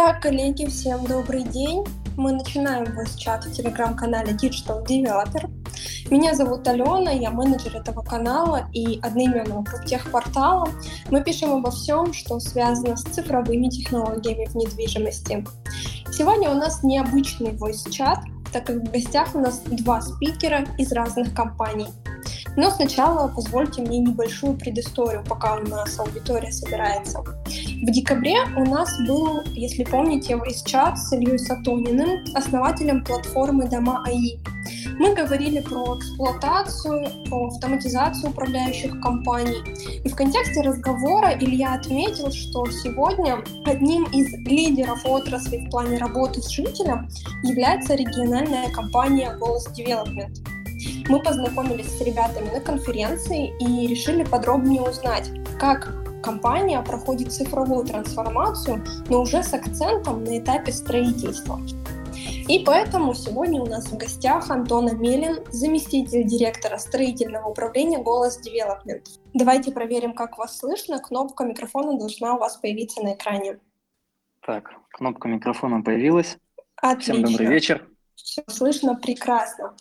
Итак, коллеги, всем добрый день. Мы начинаем voice-чат в телеграм-канале Digital Developer. Меня зовут Алена, я менеджер этого канала и одноименного проптехпортала. Мы пишем обо всем, что связано с цифровыми технологиями в недвижимости. Сегодня у нас необычный voice-чат, так как в гостях у нас два спикера из разных компаний. Но сначала позвольте мне небольшую предысторию, пока у нас аудитория собирается. В декабре у нас был, если помните, voice-чат с Ильей Сатониным, основателем платформы Дома АИ. Мы говорили про эксплуатацию, про автоматизацию управляющих компаний. И в контексте разговора Илья отметил, что сегодня одним из лидеров отрасли в плане работы с жителем является региональная компания «Голос Development». Мы познакомились с ребятами на конференции и решили подробнее узнать, как компания проходит цифровую трансформацию, но уже с акцентом на этапе строительства. И поэтому сегодня у нас в гостях Антон Амелин, заместитель директора строительного управления «Голос Development». Давайте проверим, как вас слышно. Кнопка микрофона должна у вас появиться на экране. Так, кнопка микрофона появилась. Отлично. Всем добрый вечер. Все слышно прекрасно.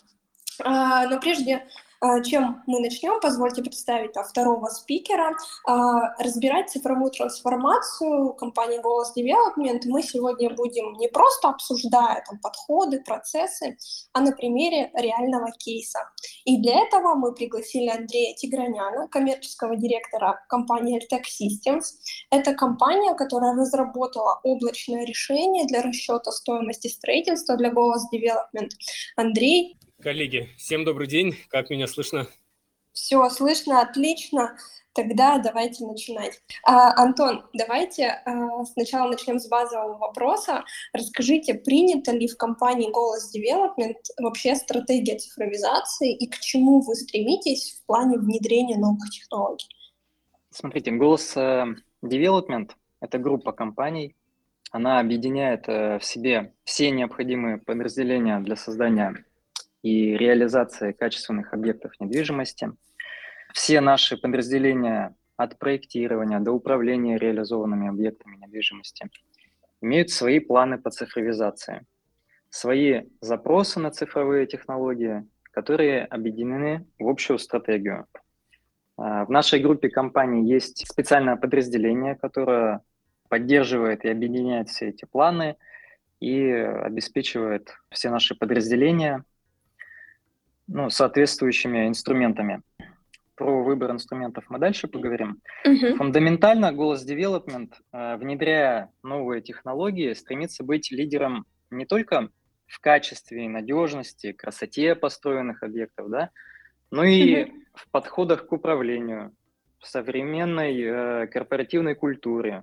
Но прежде чем мы начнем, позвольте представить второго спикера. Разбирать цифровую трансформацию компании «Голос Development» мы сегодня будем не просто обсуждая подходы, процессы, а на примере реального кейса. И для этого мы пригласили Андрея Тиграняна, коммерческого директора компании Altec Systems. Это компания, которая разработала облачное решение для расчета стоимости строительства для «Голос Development». Андрей. Коллеги, всем добрый день. Как меня слышно? Все слышно, отлично. Тогда давайте начинать. Антон, давайте сначала начнем с базового вопроса. Расскажите, принята ли в компании «Голос Development» вообще стратегия цифровизации и к чему вы стремитесь в плане внедрения новых технологий? Смотрите, «Голос Development» — это группа компаний. Она объединяет в себе все необходимые подразделения для создания и реализации качественных объектов недвижимости. Все наши подразделения от проектирования до управления реализованными объектами недвижимости имеют свои планы по цифровизации, свои запросы на цифровые технологии, которые объединены в общую стратегию. В нашей группе компаний есть специальное подразделение, которое поддерживает и объединяет все эти планы и обеспечивает все наши подразделения соответствующими инструментами. Про выбор инструментов мы дальше поговорим. Фундаментально «Голос Development», внедряя новые технологии, стремится быть лидером не только в качестве и надежности, красоте построенных объектов, да, но и в подходах к управлению, в современной корпоративной культуре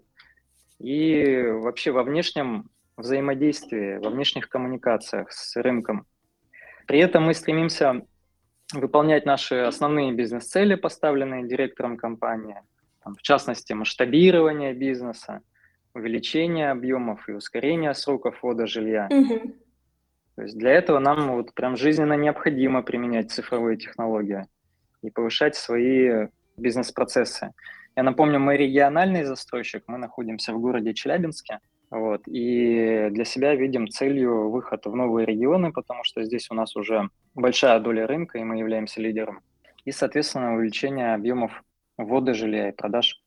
и вообще во внешнем взаимодействии, во внешних коммуникациях с рынком. При этом мы стремимся выполнять наши основные бизнес-цели, поставленные директором компании, в частности, масштабирование бизнеса, увеличение объемов и ускорение сроков ввода жилья. То есть для этого нам прям жизненно необходимо применять цифровые технологии и повышать свои бизнес-процессы. Я напомню, мы региональный застройщик, мы находимся в городе Челябинске. И для себя видим целью выход в новые регионы, потому что здесь у нас уже большая доля рынка, и мы являемся лидером. И, соответственно, увеличение объемов ввода жилья и продаж.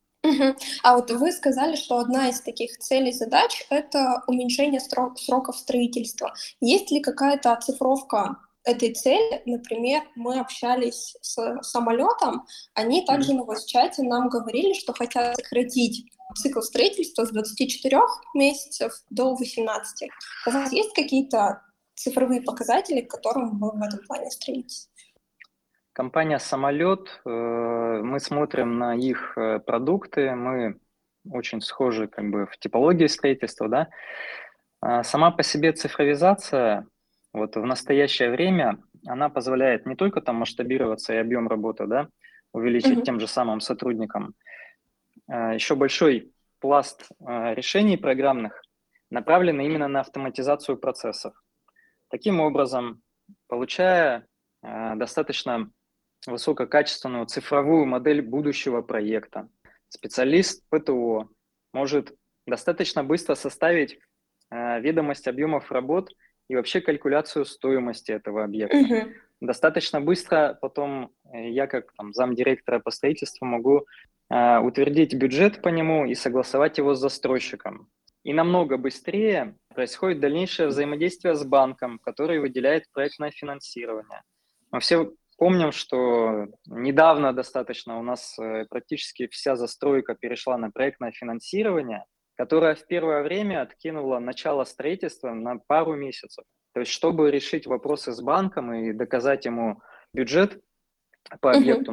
А вы сказали, что одна из таких целей задач – это уменьшение сроков строительства. Есть ли какая-то оцифровка этой цели? Например, мы общались с самолетом, они также на voice-чате нам говорили, что хотят сократить цикл строительства с 24 месяцев до 18. У вас есть какие-то цифровые показатели, к которым вы в этом плане стремитесь? Компания «Самолет», мы смотрим на их продукты, мы очень схожи в типологии строительства, да. Сама по себе цифровизация в настоящее время, она позволяет не только масштабироваться и объем работы, да, увеличить тем же самым сотрудникам. Еще большой пласт решений программных направлен именно на автоматизацию процессов. Таким образом, получая достаточно высококачественную цифровую модель будущего проекта, специалист ПТО может достаточно быстро составить ведомость объемов работ и вообще калькуляцию стоимости этого объекта. Достаточно быстро потом я, как там, замдиректора по строительству, могу утвердить бюджет по нему и согласовать его с застройщиком. И намного быстрее происходит дальнейшее взаимодействие с банком, который выделяет проектное финансирование. Мы все помним, что недавно достаточно у нас практически вся застройка перешла на проектное финансирование, которое в первое время откинуло начало строительства на пару месяцев. То есть, чтобы решить вопросы с банком и доказать ему бюджет по объекту,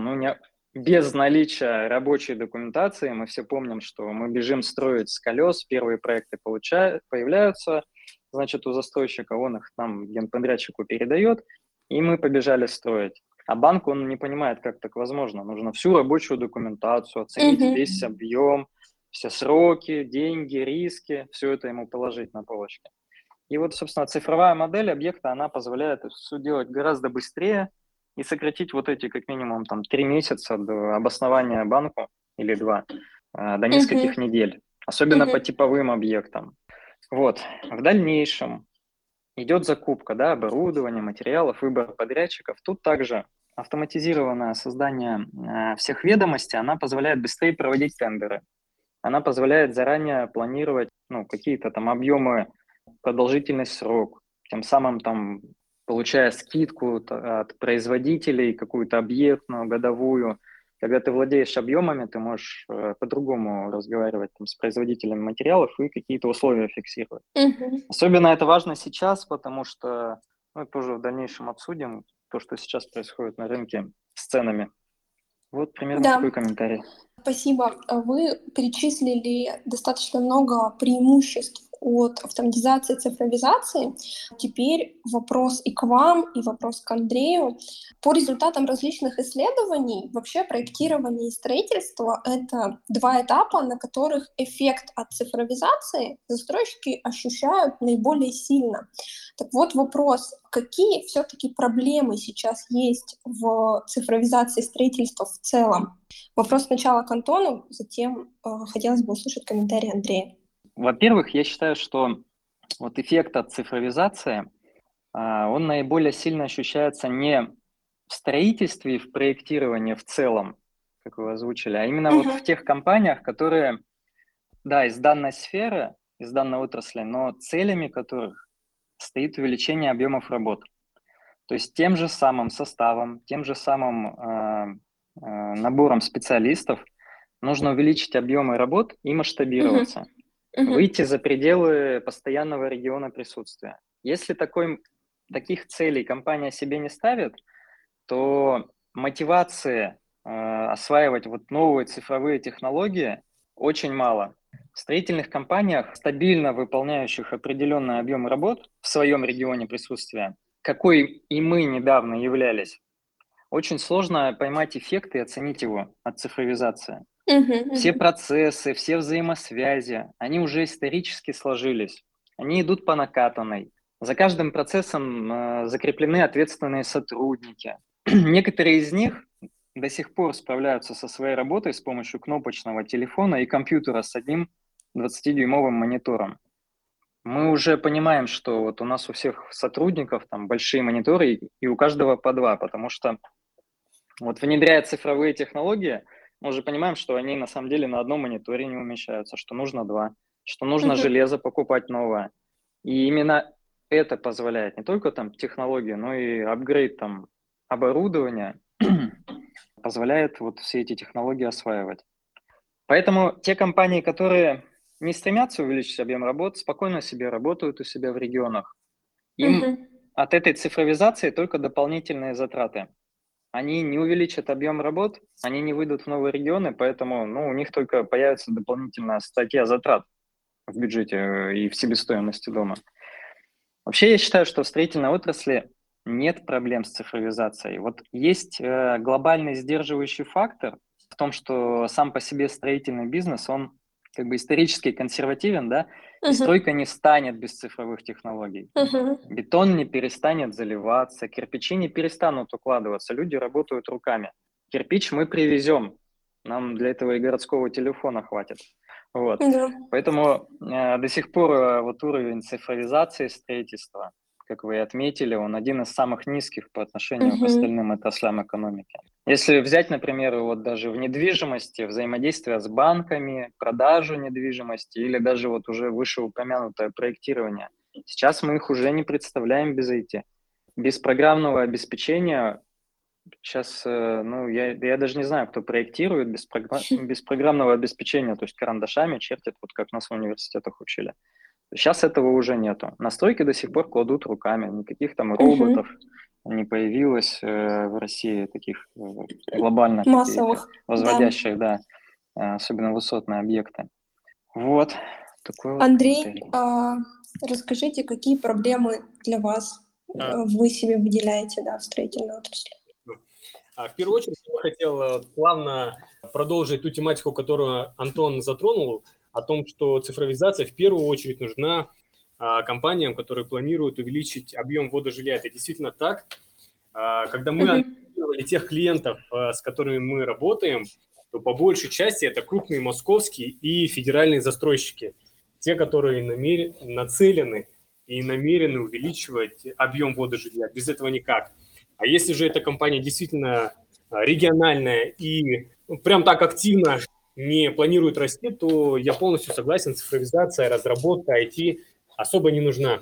без наличия рабочей документации, мы все помним, что мы бежим строить с колес, первые проекты появляются, значит, у застройщика, он их нам генподрядчику передает, и мы побежали строить. А банк, он не понимает, как так возможно. Нужно всю рабочую документацию, оценить весь объем, все сроки, деньги, риски, все это ему положить на полочке. И вот, собственно, цифровая модель объекта, она позволяет все делать гораздо быстрее и сократить вот эти, как минимум, 3 месяца до обоснования банку или 2, до нескольких недель, особенно по типовым объектам. Вот. В дальнейшем идет закупка, оборудования, материалов, выбор подрядчиков. Тут также автоматизированное создание всех ведомостей, она позволяет быстрее проводить тендеры. Она позволяет заранее планировать какие-то там объемы, продолжительность, срок, тем самым получая скидку от производителей, какую-то объектную, годовую. Когда ты владеешь объемами, ты можешь по-другому разговаривать с производителями материалов и какие-то условия фиксировать. Особенно это важно сейчас, потому что, тоже в дальнейшем обсудим то, что сейчас происходит на рынке с ценами. Вот примерно такой комментарий. Спасибо. Вы перечислили достаточно много преимуществ от автоматизации и цифровизации. Теперь вопрос и к вам, и вопрос к Андрею. По результатам различных исследований, вообще проектирование и строительство — это 2 этапа, на которых эффект от цифровизации застройщики ощущают наиболее сильно. Так вот вопрос, какие все-таки проблемы сейчас есть в цифровизации строительства в целом? Вопрос сначала к Антону, затем хотелось бы услышать комментарий Андрея. Во-первых, я считаю, что вот эффект от цифровизации, он наиболее сильно ощущается не в строительстве и в проектировании в целом, как вы озвучили, а именно вот в тех компаниях, которые, из данной сферы, из данной отрасли, но целями которых стоит увеличение объемов работ. То есть тем же самым составом, тем же самым набором специалистов нужно увеличить объемы работ и масштабироваться. Выйти за пределы постоянного региона присутствия. Если таких целей компания себе не ставит, то мотивации осваивать новые цифровые технологии очень мало. В строительных компаниях, стабильно выполняющих определенный объем работ в своем регионе присутствия, какой и мы недавно являлись, очень сложно поймать эффект и оценить его от цифровизации. Все процессы, все взаимосвязи, они уже исторически сложились. Они идут по накатанной. За каждым процессом закреплены ответственные сотрудники. Некоторые из них до сих пор справляются со своей работой с помощью кнопочного телефона и компьютера с одним 20-дюймовым монитором. Мы уже понимаем, что вот у нас у всех сотрудников большие мониторы, и у каждого по 2, потому что внедряя цифровые технологии, мы уже понимаем, что они на самом деле на одном мониторе не умещаются, что нужно 2, что нужно железо покупать новое. И именно это позволяет не только технологии, но и апгрейд оборудования позволяет все эти технологии осваивать. Поэтому те компании, которые не стремятся увеличить объем работ, спокойно себе работают у себя в регионах. Им от этой цифровизации только дополнительные затраты. Они не увеличат объем работ, они не выйдут в новые регионы, поэтому у них только появится дополнительная статья затрат в бюджете и в себестоимости дома. Вообще я считаю, что в строительной отрасли нет проблем с цифровизацией. Есть глобальный сдерживающий фактор в том, что сам по себе строительный бизнес, он исторически консервативен, и стройка не встанет без цифровых технологий. Бетон не перестанет заливаться, кирпичи не перестанут укладываться, люди работают руками. Кирпич мы привезем, нам для этого и городского телефона хватит. Вот. Да. Поэтому до сих пор вот уровень цифровизации строительства, как вы и отметили, он один из самых низких по отношению к Мгм. остальным отраслям экономики. Если взять, например, вот даже в недвижимости, взаимодействие с банками, продажу недвижимости или даже вот уже вышеупомянутое проектирование, сейчас мы их уже не представляем без IT. Без программного обеспечения сейчас, ну, я даже не знаю, кто проектирует без программного обеспечения, то есть карандашами чертит, вот как нас в университетах учили. Сейчас этого уже нету. Настройки до сих пор кладут руками, никаких там роботов Мгм. не появилось в России, таких глобально каких-то Массовых, да. возводящих, да, особенно высотные объекты. Вот, такой вот Андрей, комментарий. расскажите, какие проблемы для вас А, вы себе выделяете, да, в строительной отрасли? В первую очередь, я бы хотел плавно продолжить ту тематику, которую Антон затронул, о том, что цифровизация в первую очередь нужна компаниям, которые планируют увеличить объем ввода жилья. Это действительно так. Когда мы Мгм. анализировали тех клиентов, с которыми мы работаем, то по большей части это крупные московские и федеральные застройщики, те, которые нацелены и намерены увеличивать объем ввода жилья. Без этого никак. А если же эта компания действительно региональная и прям так активно не планирует расти, то я полностью согласен, цифровизация, разработка, IT особо не нужна.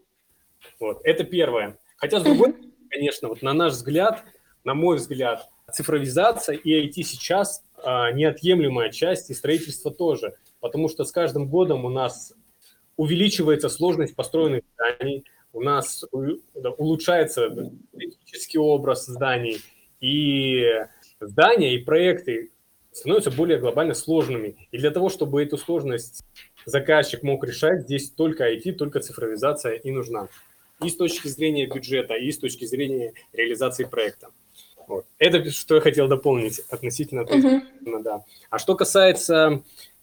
Вот. Это первое. Хотя, с другой Мгм. стороны, конечно, вот на наш взгляд, на мой взгляд, цифровизация и IT сейчас неотъемлемая часть, и строительство тоже. Потому что с каждым годом у нас увеличивается сложность построенных зданий, у нас улучшается эстетический образ зданий, и здания и проекты становятся более глобально сложными. И для того, чтобы эту сложность заказчик мог решать, здесь только IT, только цифровизация и нужна. И с точки зрения бюджета, и с точки зрения реализации проекта. Вот. Это что я хотел дополнить относительно ответа. Мгм. Да. А что касается,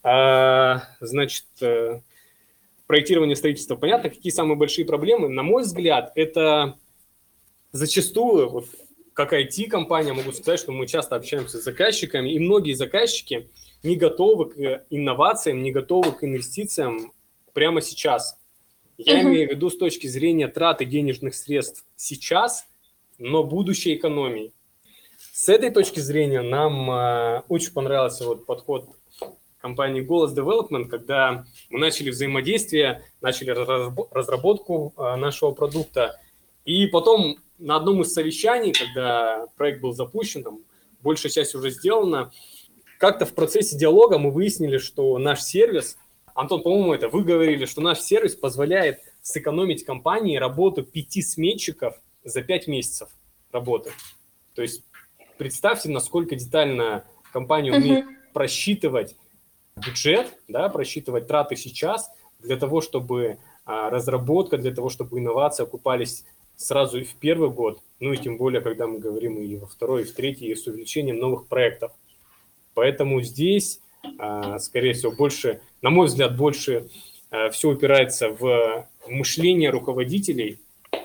значит, проектирования строительства, понятно, какие самые большие проблемы. На мой взгляд, это зачастую, вот, как IT-компания, могу сказать, что мы часто общаемся с заказчиками, и многие заказчики не готовы к инновациям, не готовы к инвестициям прямо сейчас. Я Мгм. имею в виду с точки зрения траты денежных средств сейчас, но будущей экономии. С этой точки зрения нам очень понравился вот подход компании Голос Development, когда мы начали взаимодействие, начали разработку нашего продукта. И потом на одном из совещаний, когда проект был запущен, там, большая часть уже сделана, как-то в процессе диалога мы выяснили, что наш сервис, Антон, по-моему, это вы говорили, что наш сервис позволяет сэкономить компании работу 5 сметчиков за 5 месяцев работы. То есть представьте, насколько детально компания умеет Мгм. просчитывать бюджет, да, просчитывать траты сейчас для того, чтобы разработка, для того, чтобы инновации окупались сразу и в первый год, ну и тем более, когда мы говорим и во второй, и в третий, и с увеличением новых проектов. Поэтому здесь, скорее всего, больше, на мой взгляд, больше все упирается в мышление руководителей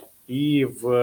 и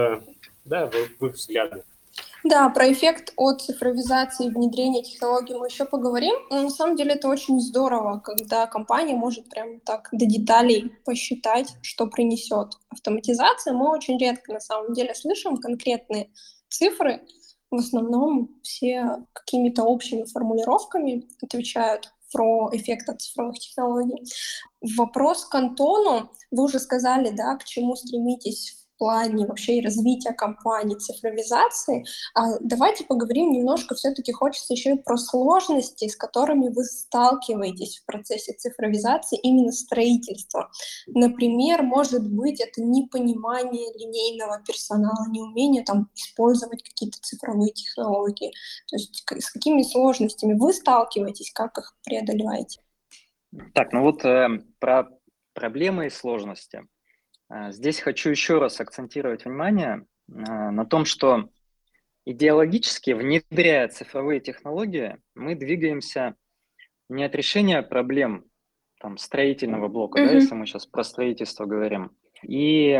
в их взгляды. Да, про эффект от цифровизации и внедрения технологий мы еще поговорим. Но на самом деле это очень здорово, когда компания может прям так до деталей посчитать, что принесет автоматизация. Мы очень редко на самом деле слышим конкретные цифры. В основном все какими-то общими формулировками отвечают про эффект от цифровых технологий. Вопрос к Антону. Вы уже сказали, да, к чему стремитесь в плане вообще и развития компании, цифровизации. Давайте поговорим немножко, все-таки хочется еще и про сложности, с которыми вы сталкиваетесь в процессе цифровизации именно строительства. Например, может быть, это непонимание линейного персонала, неумение там использовать какие-то цифровые технологии. То есть с какими сложностями вы сталкиваетесь, как их преодолеваете? Так, ну вот про проблемы и сложности. Здесь хочу еще раз акцентировать внимание на том, что идеологически, внедряя цифровые технологии, мы двигаемся не от решения проблем там, строительного блока, да, если Мгм. мы сейчас про строительство говорим, и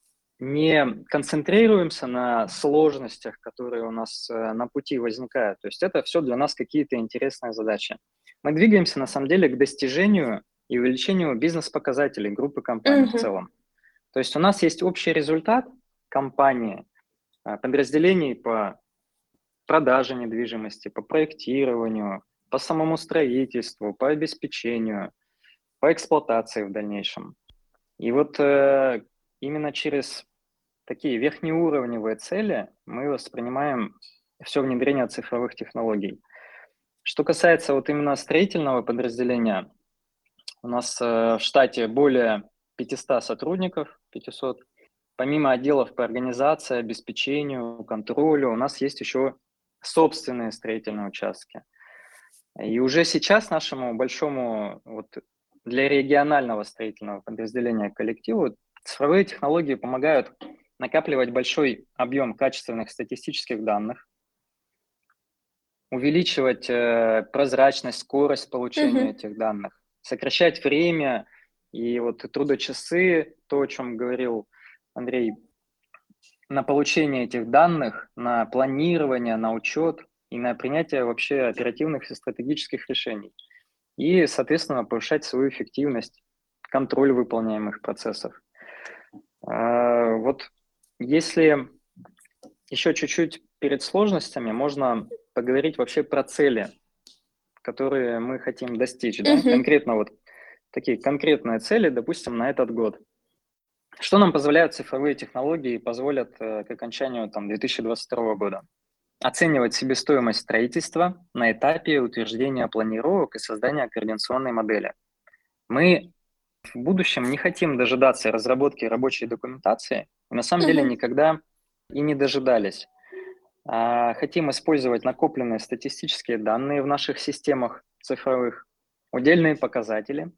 не концентрируемся на сложностях, которые у нас на пути возникают. То есть это все для нас какие-то интересные задачи. Мы двигаемся, на самом деле, к достижению и увеличению бизнес-показателей группы компаний в целом. То есть у нас есть общий результат компании, подразделений по продаже недвижимости, по проектированию, по самому строительству, по обеспечению, по эксплуатации в дальнейшем. И вот именно через такие верхнеуровневые цели мы воспринимаем все внедрение цифровых технологий. Что касается вот именно строительного подразделения, у нас в штате более 500 сотрудников, 500. Помимо отделов по организации, обеспечению, контролю, у нас есть еще собственные строительные участки. И уже сейчас нашему большому, вот для регионального строительного подразделения коллективу, цифровые технологии помогают накапливать большой объем качественных статистических данных, увеличивать прозрачность, скорость получения этих данных, сокращать время и вот трудочасы, то, о чем говорил Андрей, на получение этих данных, на планирование, на учет и на принятие вообще оперативных и стратегических решений. И, соответственно, повышать свою эффективность, контроль выполняемых процессов. Вот если еще чуть-чуть перед сложностями, можно поговорить вообще про цели, которые мы хотим достичь. Да? Конкретно вот такие конкретные цели, допустим, на этот год. Что нам позволяют цифровые технологии и позволят к окончанию 2022 года? Оценивать себестоимость строительства на этапе утверждения планировок и создания координационной модели. Мы в будущем не хотим дожидаться разработки рабочей документации, и на самом деле никогда и не дожидались. Хотим использовать накопленные статистические данные в наших системах цифровых, удельные показатели,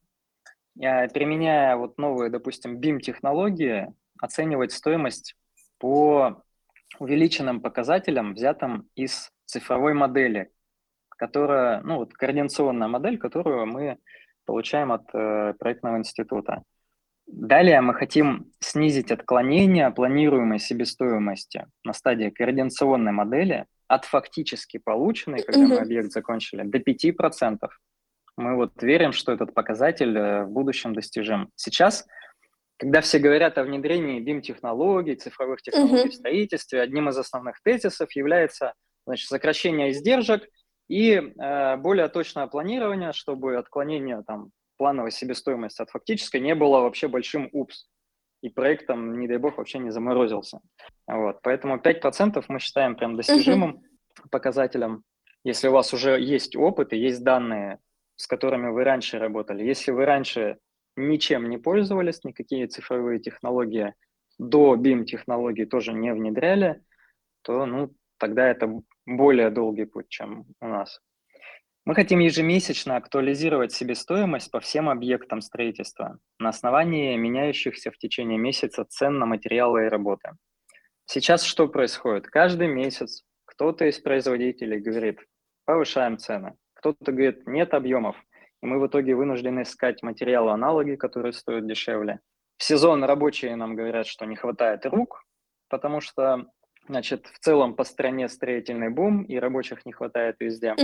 применяя вот новые, допустим, BIM-технологии, оценивать стоимость по увеличенным показателям, взятым из цифровой модели, которая, ну вот координационная модель, которую мы получаем от проектного института. Далее мы хотим снизить отклонение планируемой себестоимости на стадии координационной модели от фактически полученной, когда мы объект закончили, до 5%. Мы вот верим, что этот показатель в будущем достижим. Сейчас, когда все говорят о внедрении BIM-технологий, цифровых технологий в строительстве, одним из основных тезисов является, значит, сокращение издержек и более точное планирование, чтобы отклонение плановой себестоимости от фактической не было вообще большим упс, и проект не дай бог, вообще не заморозился. Вот. Поэтому 5% мы считаем прям достижимым показателем. Если у вас уже есть опыт и есть данные, с которыми вы раньше работали, если вы раньше ничем не пользовались, никакие цифровые технологии до BIM-технологий тоже не внедряли, то тогда это более долгий путь, чем у нас. Мы хотим ежемесячно актуализировать себестоимость по всем объектам строительства на основании меняющихся в течение месяца цен на материалы и работы. Сейчас что происходит? Каждый месяц кто-то из производителей говорит, повышаем цены. Кто-то говорит, нет объемов, и мы в итоге вынуждены искать материалы-аналоги, которые стоят дешевле. В сезон рабочие нам говорят, что не хватает рук, потому что, значит, в целом по стране строительный бум, и рабочих не хватает везде.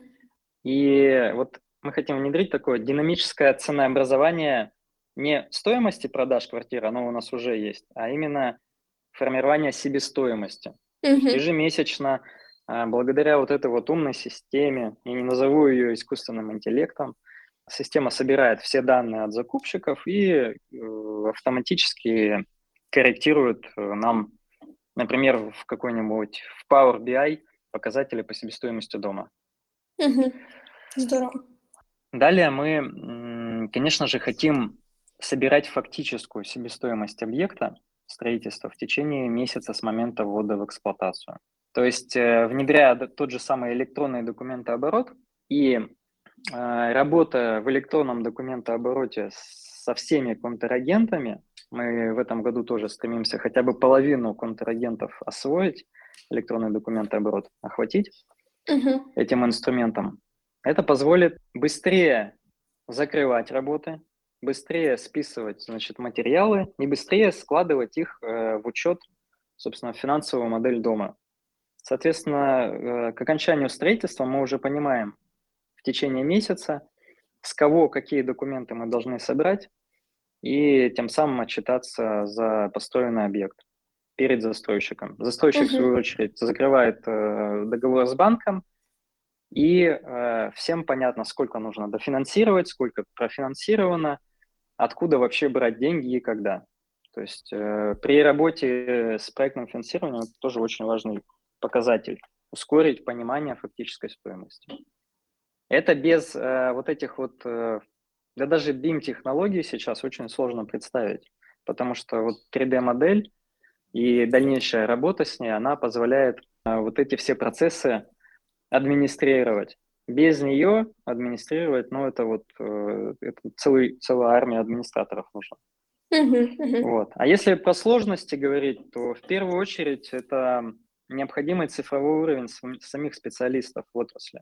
И вот мы хотим внедрить такое динамическое ценообразование не стоимости продаж квартиры, оно у нас уже есть, а именно формирование себестоимости. Ежемесячно, благодаря вот этой вот умной системе, я не назову ее искусственным интеллектом, система собирает все данные от закупщиков и автоматически корректирует нам, например, в какой-нибудь в Power BI показатели по себестоимости дома. Здорово. Далее мы, конечно же, хотим собирать фактическую себестоимость объекта строительства в течение месяца с момента ввода в эксплуатацию. То есть, внедряя тот же самый электронный документооборот и работа в электронном документообороте со всеми контрагентами, мы в этом году тоже стремимся хотя бы половину контрагентов освоить, электронный документооборот охватить этим инструментом. Это позволит быстрее закрывать работы, быстрее списывать, значит, материалы и быстрее складывать их в учет, собственно, в финансовую модель дома. Соответственно, к окончанию строительства мы уже понимаем в течение месяца, с кого какие документы мы должны собрать, и тем самым отчитаться за построенный объект перед застройщиком. Застройщик, в свою очередь, закрывает договор с банком, и всем понятно, сколько нужно дофинансировать, сколько профинансировано, откуда вообще брать деньги и когда. То есть при работе с проектным финансированием это тоже очень важный показатель. Ускорить понимание фактической стоимости. Это без вот этих вот, да даже BIM-технологий сейчас очень сложно представить, потому что вот 3D-модель и дальнейшая работа с ней, она позволяет вот эти все процессы администрировать. Без нее администрировать, ну, это вот это целая армия администраторов нужна. Вот. А если про сложности говорить, то в первую очередь это необходимый цифровой уровень самих специалистов в отрасли.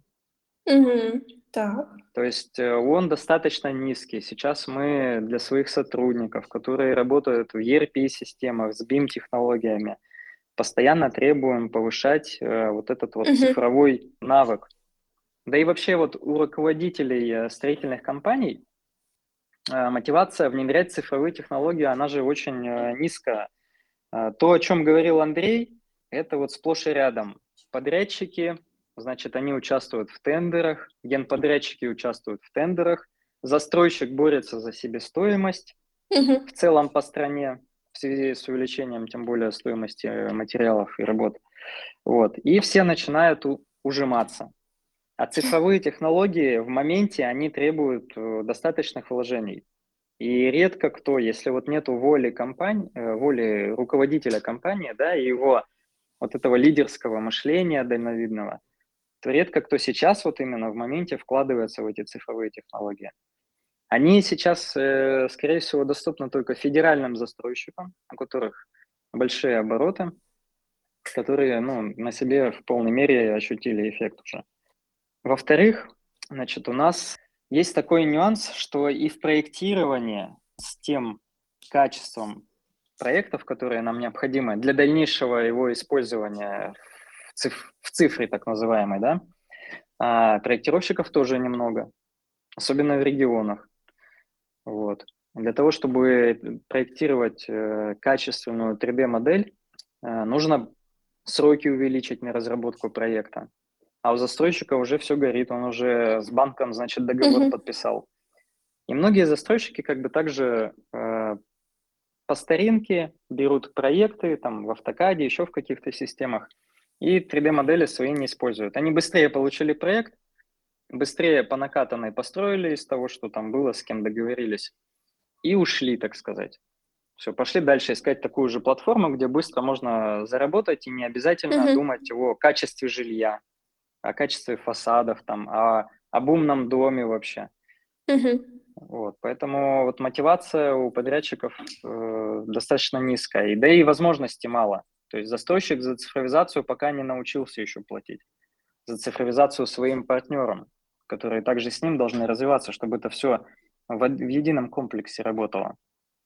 Так. То есть он достаточно низкий. Сейчас мы для своих сотрудников, которые работают в ERP-системах с BIM-технологиями, постоянно требуем повышать вот этот вот цифровой навык. Да и вообще вот у руководителей строительных компаний мотивация внедрять цифровые технологии, она же очень низкая. То, о чем говорил Андрей, это вот сплошь и рядом. Подрядчики, значит, они участвуют в тендерах, генподрядчики участвуют в тендерах, застройщик борется за себестоимость в целом по стране в связи с увеличением, тем более, стоимости материалов и работ. Вот. И все начинают ужиматься. А цифровые технологии в моменте, они требуют достаточных вложений. И редко кто, если вот нету воли компании, воли руководителя компании, да, и его вот этого лидерского мышления дальновидного, то редко кто сейчас вот именно в моменте вкладывается в эти цифровые технологии. Они сейчас, скорее всего, доступны только федеральным застройщикам, у которых большие обороты, которые, ну, на себе в полной мере ощутили эффект уже. Во-вторых, значит, у нас есть такой нюанс, что и в проектировании с тем качеством проектов, которые нам необходимы для дальнейшего его использования в цифре так называемой, да, проектировщиков тоже немного, особенно в регионах. Вот. Для того, чтобы проектировать качественную 3D-модель, нужно сроки увеличить на разработку проекта. А у застройщика уже все горит, он уже с банком, значит, договор подписал. И многие застройщики как бы также по старинке берут проекты там в автокаде, еще в каких-то системах, и 3D-модели свои не используют. Они быстрее получили проект, быстрее по накатанной построили из того, что там было, с кем договорились, и ушли, так сказать. Все, пошли дальше искать такую же платформу, где быстро можно заработать и не обязательно думать о качестве жилья, о качестве фасадов, там, об умном доме вообще. Вот, поэтому вот мотивация у подрядчиков достаточно низкая, и, да и возможностей мало. То есть застройщик за цифровизацию пока не научился еще платить. За цифровизацию своим партнерам, которые также с ним должны развиваться, чтобы это все в едином комплексе работало.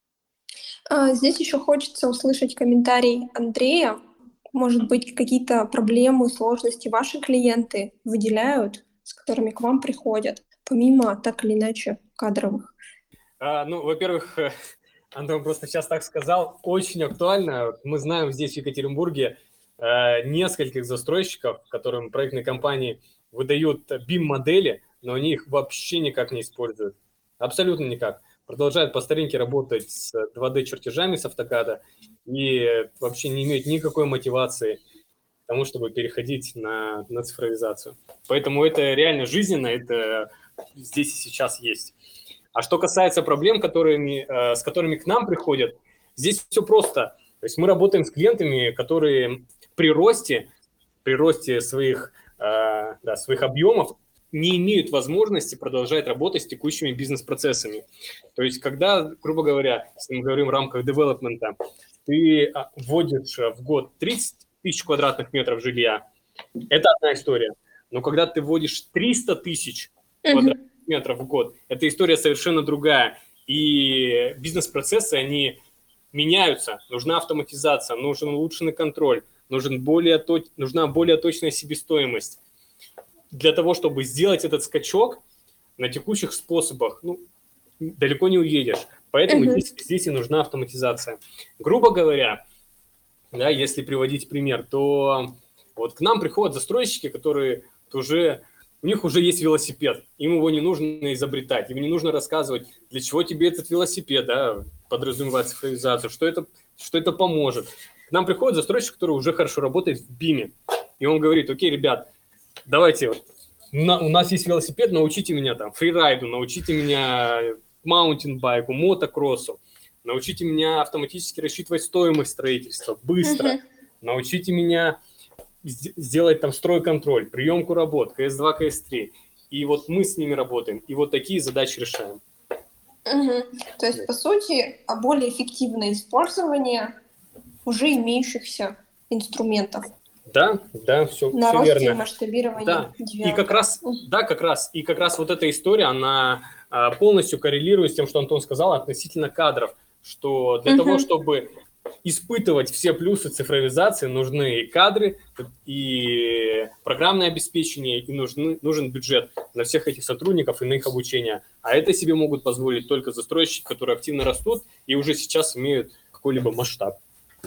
Здесь еще хочется услышать комментарий Андрея. Может быть, какие-то проблемы, сложности ваши клиенты выделяют, с которыми к вам приходят, помимо так или иначе кадровых? Ну, во-первых, Антон просто сейчас так сказал, очень актуально. Мы знаем здесь, в Екатеринбурге, нескольких застройщиков, которым проектные компании выдают BIM-модели, но они их вообще никак не используют. Абсолютно никак. Продолжают по старинке работать с 2D-чертежами с автокада и вообще не имеют никакой мотивации к тому, чтобы переходить на цифровизацию. Поэтому это реально жизненно, это здесь и сейчас есть. А что касается проблем, с которыми к нам приходят, здесь все просто. То есть мы работаем с клиентами, которые при росте своих объемов не имеют возможности продолжать работать с текущими бизнес-процессами. То есть когда, грубо говоря, если мы говорим в рамках девелопмента, ты вводишь в год 30 тысяч квадратных метров жилья, это одна история. Но когда ты вводишь 300 тысяч квадратных метров в год, эта история совершенно другая. И бизнес-процессы, они меняются. Нужна автоматизация, нужен улучшенный контроль, нужна более точная себестоимость. для того, чтобы сделать этот скачок на текущих способах, ну, далеко не уедешь. Поэтому здесь и нужна автоматизация. Грубо говоря, да, если приводить пример, то вот к нам приходят застройщики, которые уже, у них уже есть велосипед, им его не нужно изобретать, им не нужно рассказывать, для чего тебе этот велосипед, да, подразумевает цифровизацию, что это поможет. К нам приходит застройщик, который уже хорошо работает в БИМе, и он говорит: окей, ребят, давайте, у нас есть велосипед, научите меня там фрирайду, научите меня маунтинбайку, мотокроссу, научите меня автоматически рассчитывать стоимость строительства быстро, научите меня сделать там стройконтроль, приемку работ, КС2, КС3. И вот мы с ними работаем, и вот такие задачи решаем. То есть, по сути, более эффективное использование уже имеющихся инструментов. Да, все на росте верно. И масштабировании. Да. И как раз вот эта история, она полностью коррелирует с тем, что Антон сказал относительно кадров, что для того, чтобы испытывать все плюсы цифровизации, нужны и кадры, и программное обеспечение, и нужен бюджет на всех этих сотрудников и на их обучение. А это себе могут позволить только застройщики, которые активно растут и уже сейчас имеют какой-либо масштаб.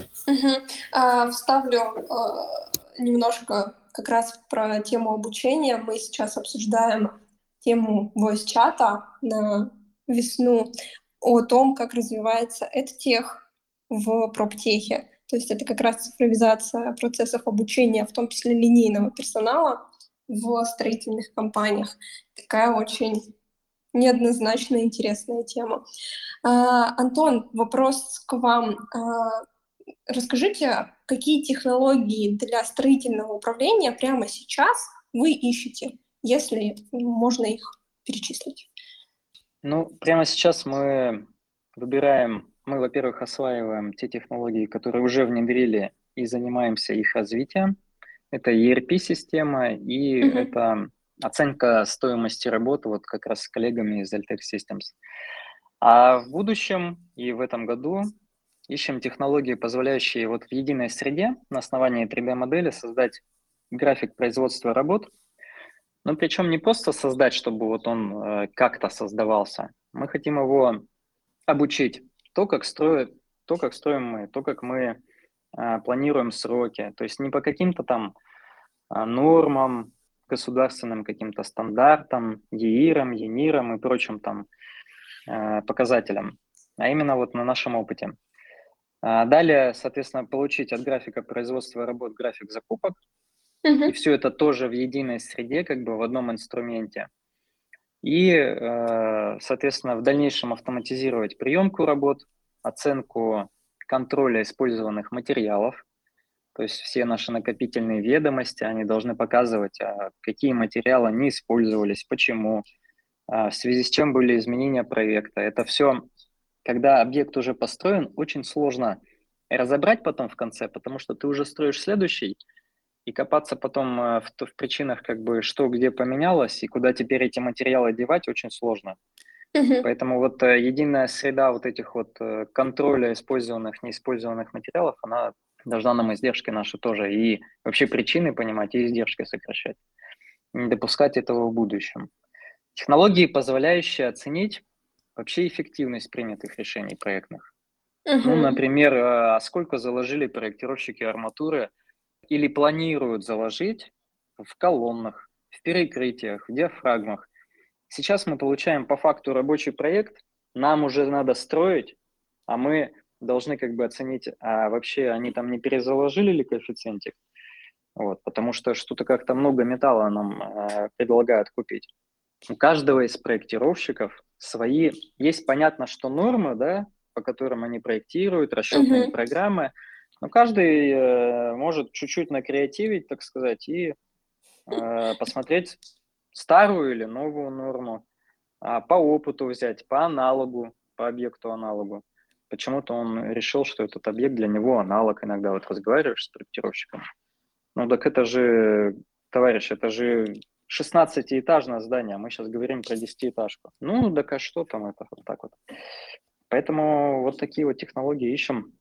Вставлю немножко как раз про тему обучения. Мы сейчас обсуждаем тему voice-чата на весну, о том, как развивается EdTech в проптехе. То есть это как раз цифровизация процессов обучения, в том числе линейного персонала в строительных компаниях. Такая очень неоднозначно интересная тема. Антон, вопрос к вам. Расскажите, какие технологии для строительного управления прямо сейчас вы ищете, если можно их перечислить? Ну, прямо сейчас мы выбираем, во-первых, осваиваем те технологии, которые уже внедрили, и занимаемся их развитием. Это ERP-система и это оценка стоимости работы вот как раз с коллегами из Altec Systems. А в будущем и в этом году ищем технологии, позволяющие вот в единой среде на основании 3D-модели создать график производства работ. Но причем не просто создать, чтобы вот он как-то создавался. Мы хотим его обучить то, как строим мы, то, как мы планируем сроки. То есть не по каким-то там нормам, государственным каким-то стандартам, ЕИРам, ЕНИРам и прочим там показателям, а именно вот на нашем опыте. Далее, соответственно, получить от графика производства работ график закупок, и все это тоже в единой среде, как бы в одном инструменте. И, соответственно, в дальнейшем автоматизировать приемку работ, оценку контроля использованных материалов. То есть все наши накопительные ведомости, они должны показывать, какие материалы не использовались, почему, в связи с чем были изменения проекта. Это все, когда объект уже построен, очень сложно разобрать потом в конце, потому что ты уже строишь следующий, и копаться потом в причинах, как бы, что где поменялось и куда теперь эти материалы девать, очень сложно. Поэтому вот единая среда вот этих вот контроля использованных, неиспользованных материалов, она должна нам издержки наши тоже и вообще причины понимать, и издержки сокращать. Не допускать этого в будущем. Технологии, позволяющие оценить вообще эффективность принятых решений проектных. Ну, например, сколько заложили проектировщики арматуры или планируют заложить в колоннах, в перекрытиях, в диафрагмах. Сейчас мы получаем по факту рабочий проект, нам уже надо строить, а мы должны как бы оценить, а вообще они там не перезаложили ли коэффициентик, вот, потому что что-то как-то много металла нам предлагают купить. У каждого из проектировщиков свои, есть понятно, что нормы, да, по которым они проектируют, расчетные программы, но каждый может чуть-чуть накреативить, так сказать, и посмотреть старую или новую норму, по опыту взять, по аналогу, по объекту аналогу. Почему-то он решил, что этот объект для него аналог. Иногда вот разговариваешь с проектировщиком. Ну так это же, товарищ, это же 16-этажное здание, мы сейчас говорим про 10-этажку. Ну так а что там это вот так вот. Поэтому вот такие вот технологии ищем.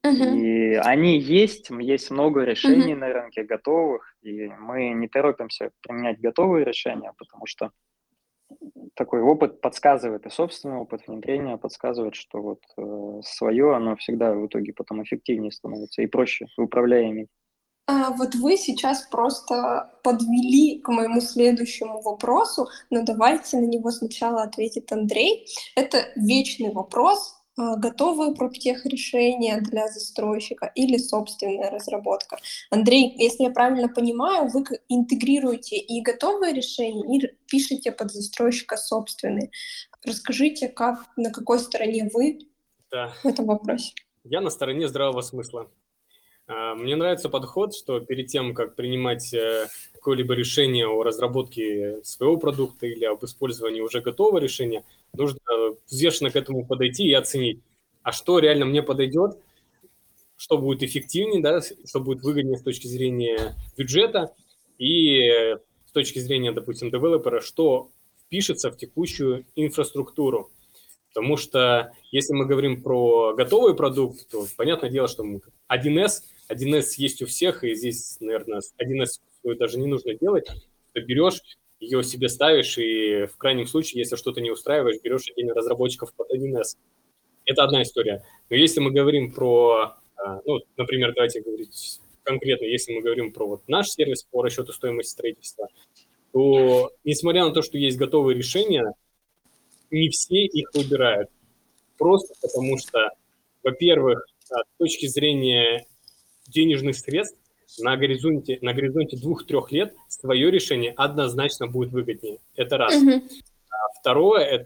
И они есть много решений на рынке готовых, и мы не торопимся применять готовые решения, потому что такой опыт подсказывает, и собственный опыт внедрения подсказывает, что вот свое, оно всегда в итоге потом эффективнее становится и проще управляемее. Вот вы сейчас просто подвели к моему следующему вопросу, но давайте на него сначала ответит Андрей. Это вечный вопрос. Готовые проптех-решения для застройщика или собственная разработка? Андрей, если я правильно понимаю, вы интегрируете и готовые решения, и пишете под застройщика собственные. Расскажите, на какой стороне вы в этом вопросе? Я на стороне здравого смысла. Мне нравится подход, что перед тем, как принимать какое-либо решение о разработке своего продукта или об использовании уже готового решения, нужно взвешенно к этому подойти и оценить, а что реально мне подойдет, что будет эффективнее, да, что будет выгоднее с точки зрения бюджета и с точки зрения, допустим, девелопера, что впишется в текущую инфраструктуру. Потому что если мы говорим про готовый продукт, то понятное дело, что 1С есть у всех, и здесь, наверное, 1С даже не нужно делать. Ты берешь, ее себе ставишь, и в крайнем случае, если что-то не устраиваешь, берешь отдельно разработчиков под 1С. Это одна история. Но если мы говорим про, например, давайте говорить конкретно, если мы говорим про вот наш сервис по расчету стоимости строительства, то несмотря на то, что есть готовые решения, не все их выбирают. Просто потому что, во-первых, с точки зрения денежных средств, на горизонте 2-3 лет свое решение однозначно будет выгоднее. Это раз. Второе,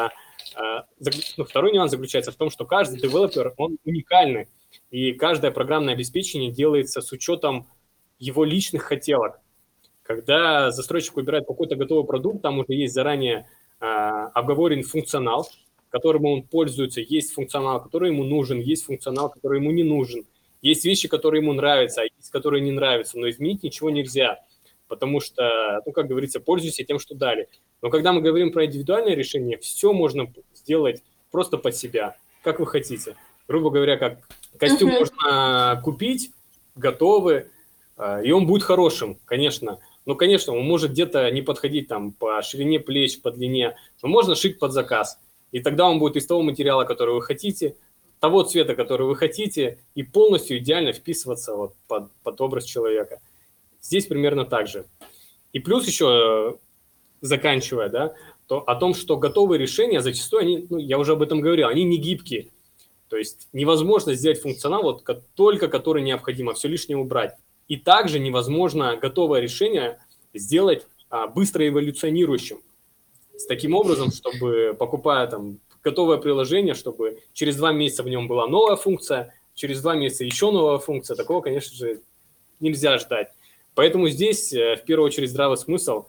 второй нюанс заключается в том, что каждый девелопер, он уникальный, и каждое программное обеспечение делается с учетом его личных хотелок. Когда застройщик выбирает какой-то готовый продукт, там уже есть заранее обговорен функционал, которым он пользуется, есть функционал, который ему нужен, есть функционал, который ему не нужен, есть вещи, которые ему нравятся, а есть, которые не нравятся, но изменить ничего нельзя, потому что, как говорится, пользуйся тем, что дали. Но когда мы говорим про индивидуальное решение, все можно сделать просто под себя, как вы хотите. Грубо говоря, как костюм можно купить, готовый, и он будет хорошим, конечно. Ну, конечно, он может где-то не подходить там по ширине плеч, по длине, но можно шить под заказ. И тогда он будет из того материала, который вы хотите, того цвета, который вы хотите, и полностью идеально вписываться вот под образ человека. Здесь примерно так же. И плюс еще, заканчивая, да, то о том, что готовые решения зачастую, они, я уже об этом говорил, они не гибкие. То есть невозможно сделать функционал, вот, только который необходимо, все лишнее убрать. И также невозможно готовое решение сделать быстро эволюционирующим. С таким образом, чтобы, покупая там готовое приложение, чтобы через 2 месяца в нем была новая функция, через 2 месяца еще новая функция, такого, конечно же, нельзя ждать. Поэтому здесь, в первую очередь, здравый смысл,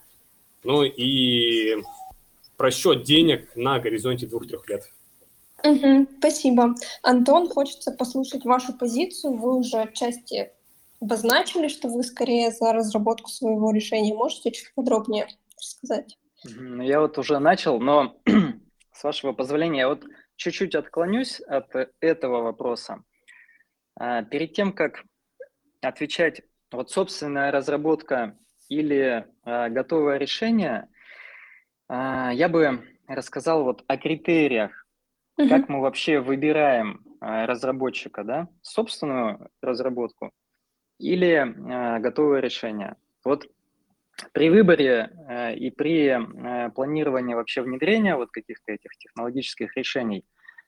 и просчет денег на горизонте 2-3 лет. Спасибо. Антон, хочется послушать вашу позицию. Вы уже отчасти обозначили, что вы скорее за разработку своего решения. Можете чуть подробнее рассказать? Я вот уже начал, но с вашего позволения я вот чуть-чуть отклонюсь от этого вопроса. Перед тем, как отвечать, вот собственная разработка или готовое решение, я бы рассказал вот о критериях, как мы вообще выбираем разработчика, да, собственную разработку или готовое решение. Вот при выборе и при планировании вообще внедрения вот каких-то этих технологических решений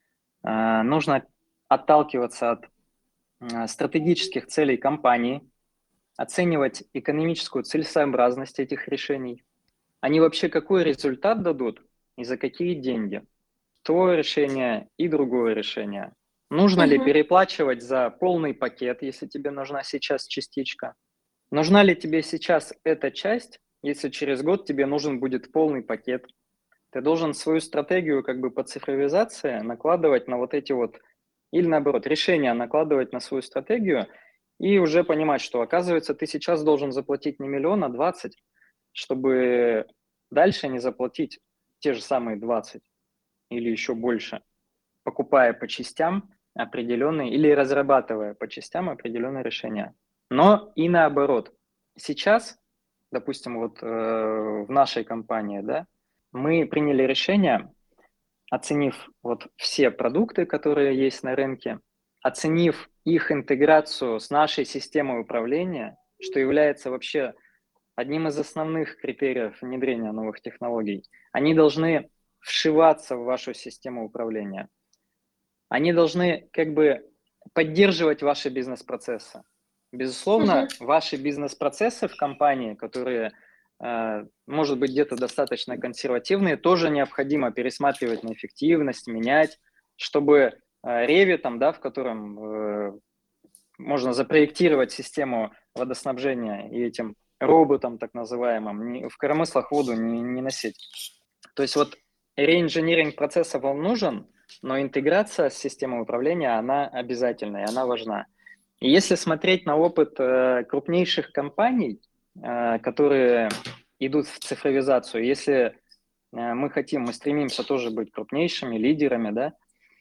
нужно отталкиваться от стратегических целей компании, оценивать экономическую целесообразность этих решений. Они вообще какой результат дадут и за какие деньги? То решение и другое решение. Нужно ли переплачивать за полный пакет, если тебе нужна сейчас частичка? Нужна ли тебе сейчас эта часть, если через год тебе нужен будет полный пакет? Ты должен свою стратегию как бы по цифровизации накладывать на вот эти вот, или наоборот, решения накладывать на свою стратегию и уже понимать, что оказывается ты сейчас должен заплатить не 1 миллион, а 20, чтобы дальше не заплатить те же самые 20 или еще больше, покупая по частям определенные или разрабатывая по частям определенные решения. Но и наоборот. Сейчас, допустим, вот в нашей компании, да, мы приняли решение, оценив вот все продукты, которые есть на рынке, оценив их интеграцию с нашей системой управления, что является вообще одним из основных критериев внедрения новых технологий. Они должны вшиваться в вашу систему управления. Они должны как бы поддерживать ваши бизнес-процессы. Безусловно, ваши бизнес-процессы в компании, которые, может быть, где-то достаточно консервативные, тоже необходимо пересматривать на эффективность, менять, чтобы Revit, там, да, в котором можно запроектировать систему водоснабжения и этим роботом, так называемым, в коромыслах воду не носить. То есть вот реинжиниринг процессов он нужен, но интеграция с системой управления, она обязательна и она важна. И если смотреть на опыт крупнейших компаний, которые идут в цифровизацию, если мы стремимся тоже быть крупнейшими лидерами, да,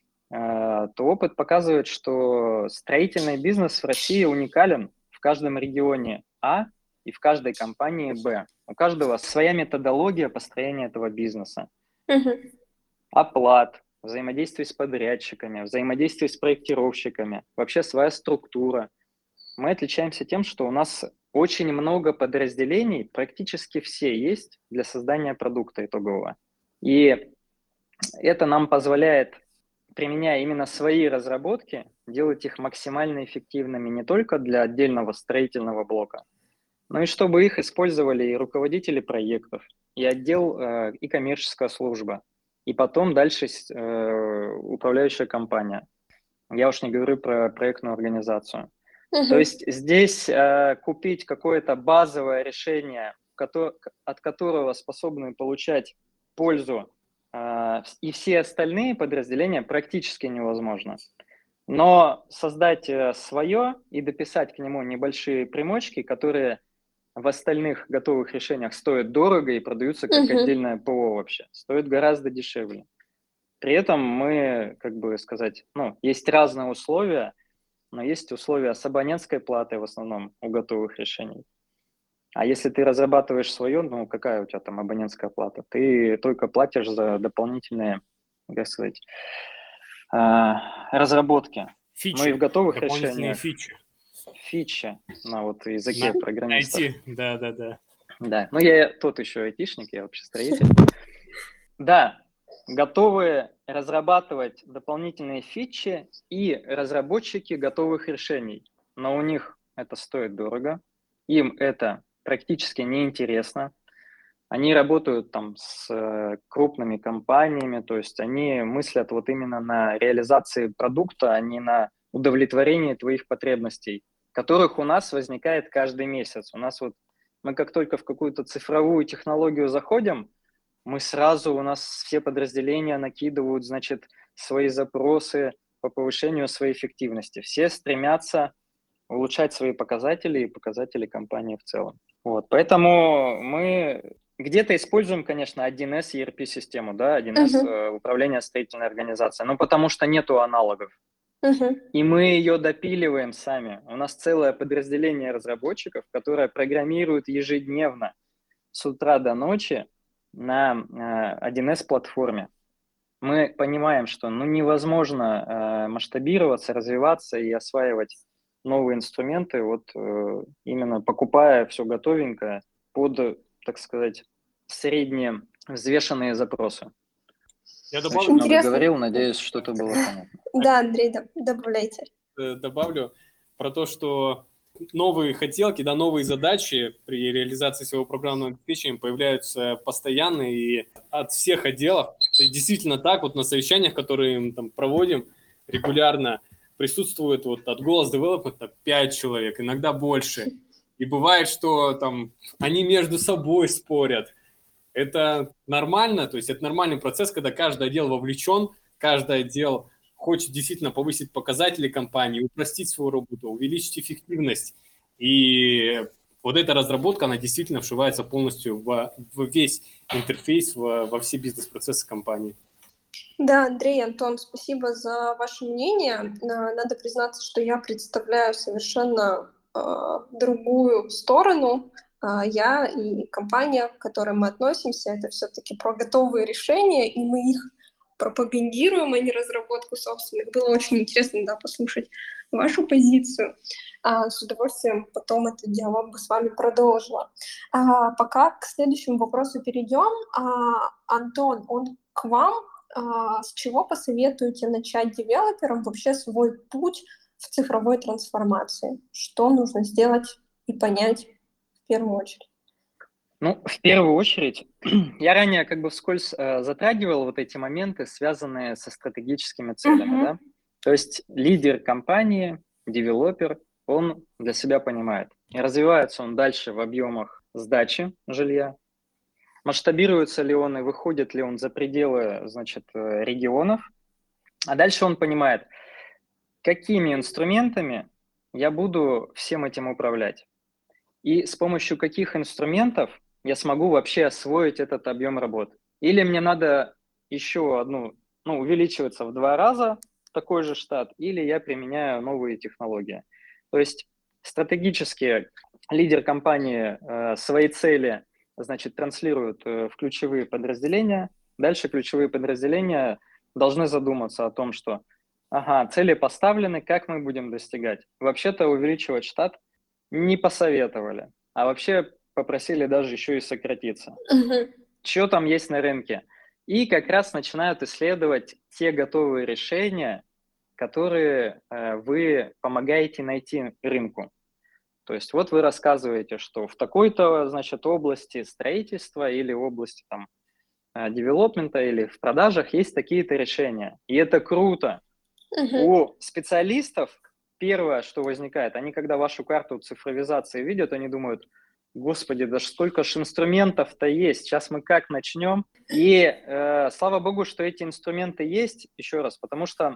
то опыт показывает, что строительный бизнес в России уникален в каждом регионе А и в каждой компании Б. У каждого своя методология построения этого бизнеса. Оплат, взаимодействие с подрядчиками, взаимодействие с проектировщиками, вообще своя структура. Мы отличаемся тем, что у нас очень много подразделений, практически все есть для создания продукта итогового. И это нам позволяет, применяя именно свои разработки, делать их максимально эффективными не только для отдельного строительного блока, но и чтобы их использовали и руководители проектов, и отдел, и коммерческая служба, и потом дальше управляющая компания. Я уж не говорю про проектную организацию. То есть здесь купить какое-то базовое решение, от которого способны получать пользу и все остальные подразделения, практически невозможно. Но создать свое и дописать к нему небольшие примочки, которые в остальных готовых решениях стоят дорого и продаются как отдельное ПО вообще, стоят гораздо дешевле. При этом мы, как бы сказать, есть разные условия, но есть условия с абонентской платой в основном у готовых решений. А если ты разрабатываешь свое, какая у тебя там абонентская плата? Ты только платишь за дополнительные, как сказать, разработки. Фичи. Ну и в готовых дополнительные решениях. Фичи на языке программистов. Да. Да, я тот еще айтишник, я вообще строитель. Да, готовы разрабатывать дополнительные фичи и разработчики готовых решений, но у них это стоит дорого, им это практически неинтересно. Они работают там с крупными компаниями, то есть они мыслят вот именно на реализации продукта, а не на удовлетворении твоих потребностей, которых у нас возникает каждый месяц. Мы как только в какую-то цифровую технологию заходим, у нас все подразделения накидывают, свои запросы по повышению своей эффективности. Все стремятся улучшать свои показатели и показатели компании в целом. Поэтому мы где-то используем, конечно, 1С ERP-систему, да, 1С управление строительной организацией, но потому что нету аналогов. И мы ее допиливаем сами. У нас целое подразделение разработчиков, которое программирует ежедневно с утра до ночи на 1С-платформе. Мы понимаем, что невозможно масштабироваться, развиваться и осваивать новые инструменты, именно покупая все готовенькое под, так сказать, средние взвешенные запросы. Я добавлю. Очень много говорил, надеюсь, что-то было понятно. Да, Андрей, добавляйте. Добавлю про то, что новые хотелки, новые задачи при реализации своего программного обеспечения появляются постоянно и от всех отделов. И действительно так, на совещаниях, которые мы там проводим регулярно, присутствует от Голос Development 5 человек, иногда больше. И бывает, что там они между собой спорят. Это нормально, то есть это нормальный процесс, когда каждый отдел вовлечен, каждый отдел хочет действительно повысить показатели компании, упростить свою работу, увеличить эффективность. И эта разработка, она действительно вшивается полностью в весь интерфейс, во все бизнес-процессы компании. Да, Андрей, Антон, спасибо за ваше мнение. Надо признаться, что я представляю совершенно другую сторону. Я и компания, к которой мы относимся, это все-таки про готовые решения, и мы их пропагандируем, а не разработку собственных. Было очень интересно, да, послушать вашу позицию. С удовольствием потом этот диалог бы с вами продолжила. Пока к следующему вопросу перейдем. Антон, он к вам. С чего посоветуете начать девелоперам вообще свой путь в цифровой трансформации? Что нужно сделать и понять в первую очередь? Ну, в первую очередь, я ранее как бы вскользь затрагивал вот эти моменты, связанные со стратегическими целями, да? То есть лидер компании, девелопер, он для себя понимает. И развивается он дальше в объемах сдачи жилья, масштабируется ли он и выходит ли он за пределы, значит, регионов. А дальше он понимает, какими инструментами я буду всем этим управлять. И с помощью каких инструментов я смогу вообще освоить этот объем работ. Или мне надо еще одну, увеличиваться в 2 раза, такой же штат, или я применяю новые технологии. То есть стратегически лидер компании свои цели, значит, транслирует в ключевые подразделения. Дальше ключевые подразделения должны задуматься о том, что цели поставлены, как мы будем достигать. Вообще-то увеличивать штат не посоветовали, а вообще попросили даже еще и сократиться. Что там есть на рынке? И как раз начинают исследовать те готовые решения, которые вы помогаете найти рынку. То есть вот вы рассказываете, что в такой-то, значит, области строительства или области там девелопмента или в продажах есть такие-то решения. И это круто. У специалистов первое, что возникает, они когда вашу карту цифровизации видят, они думают, господи, да столько ж инструментов-то есть, сейчас мы как начнем? И слава богу, что эти инструменты есть, еще раз, потому что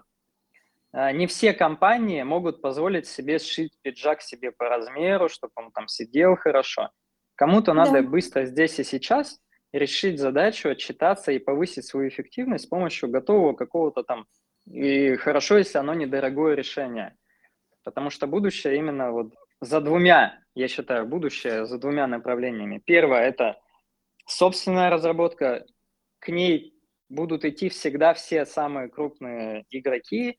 не все компании могут позволить себе сшить пиджак себе по размеру, чтобы он там сидел хорошо. Кому-то надо быстро здесь и сейчас решить задачу, отчитаться и повысить свою эффективность с помощью готового какого-то там, и хорошо, если оно недорогое решение. Потому что будущее именно вот за двумя, я считаю, будущее за двумя направлениями. Первое – это собственная разработка. К ней будут идти всегда все самые крупные игроки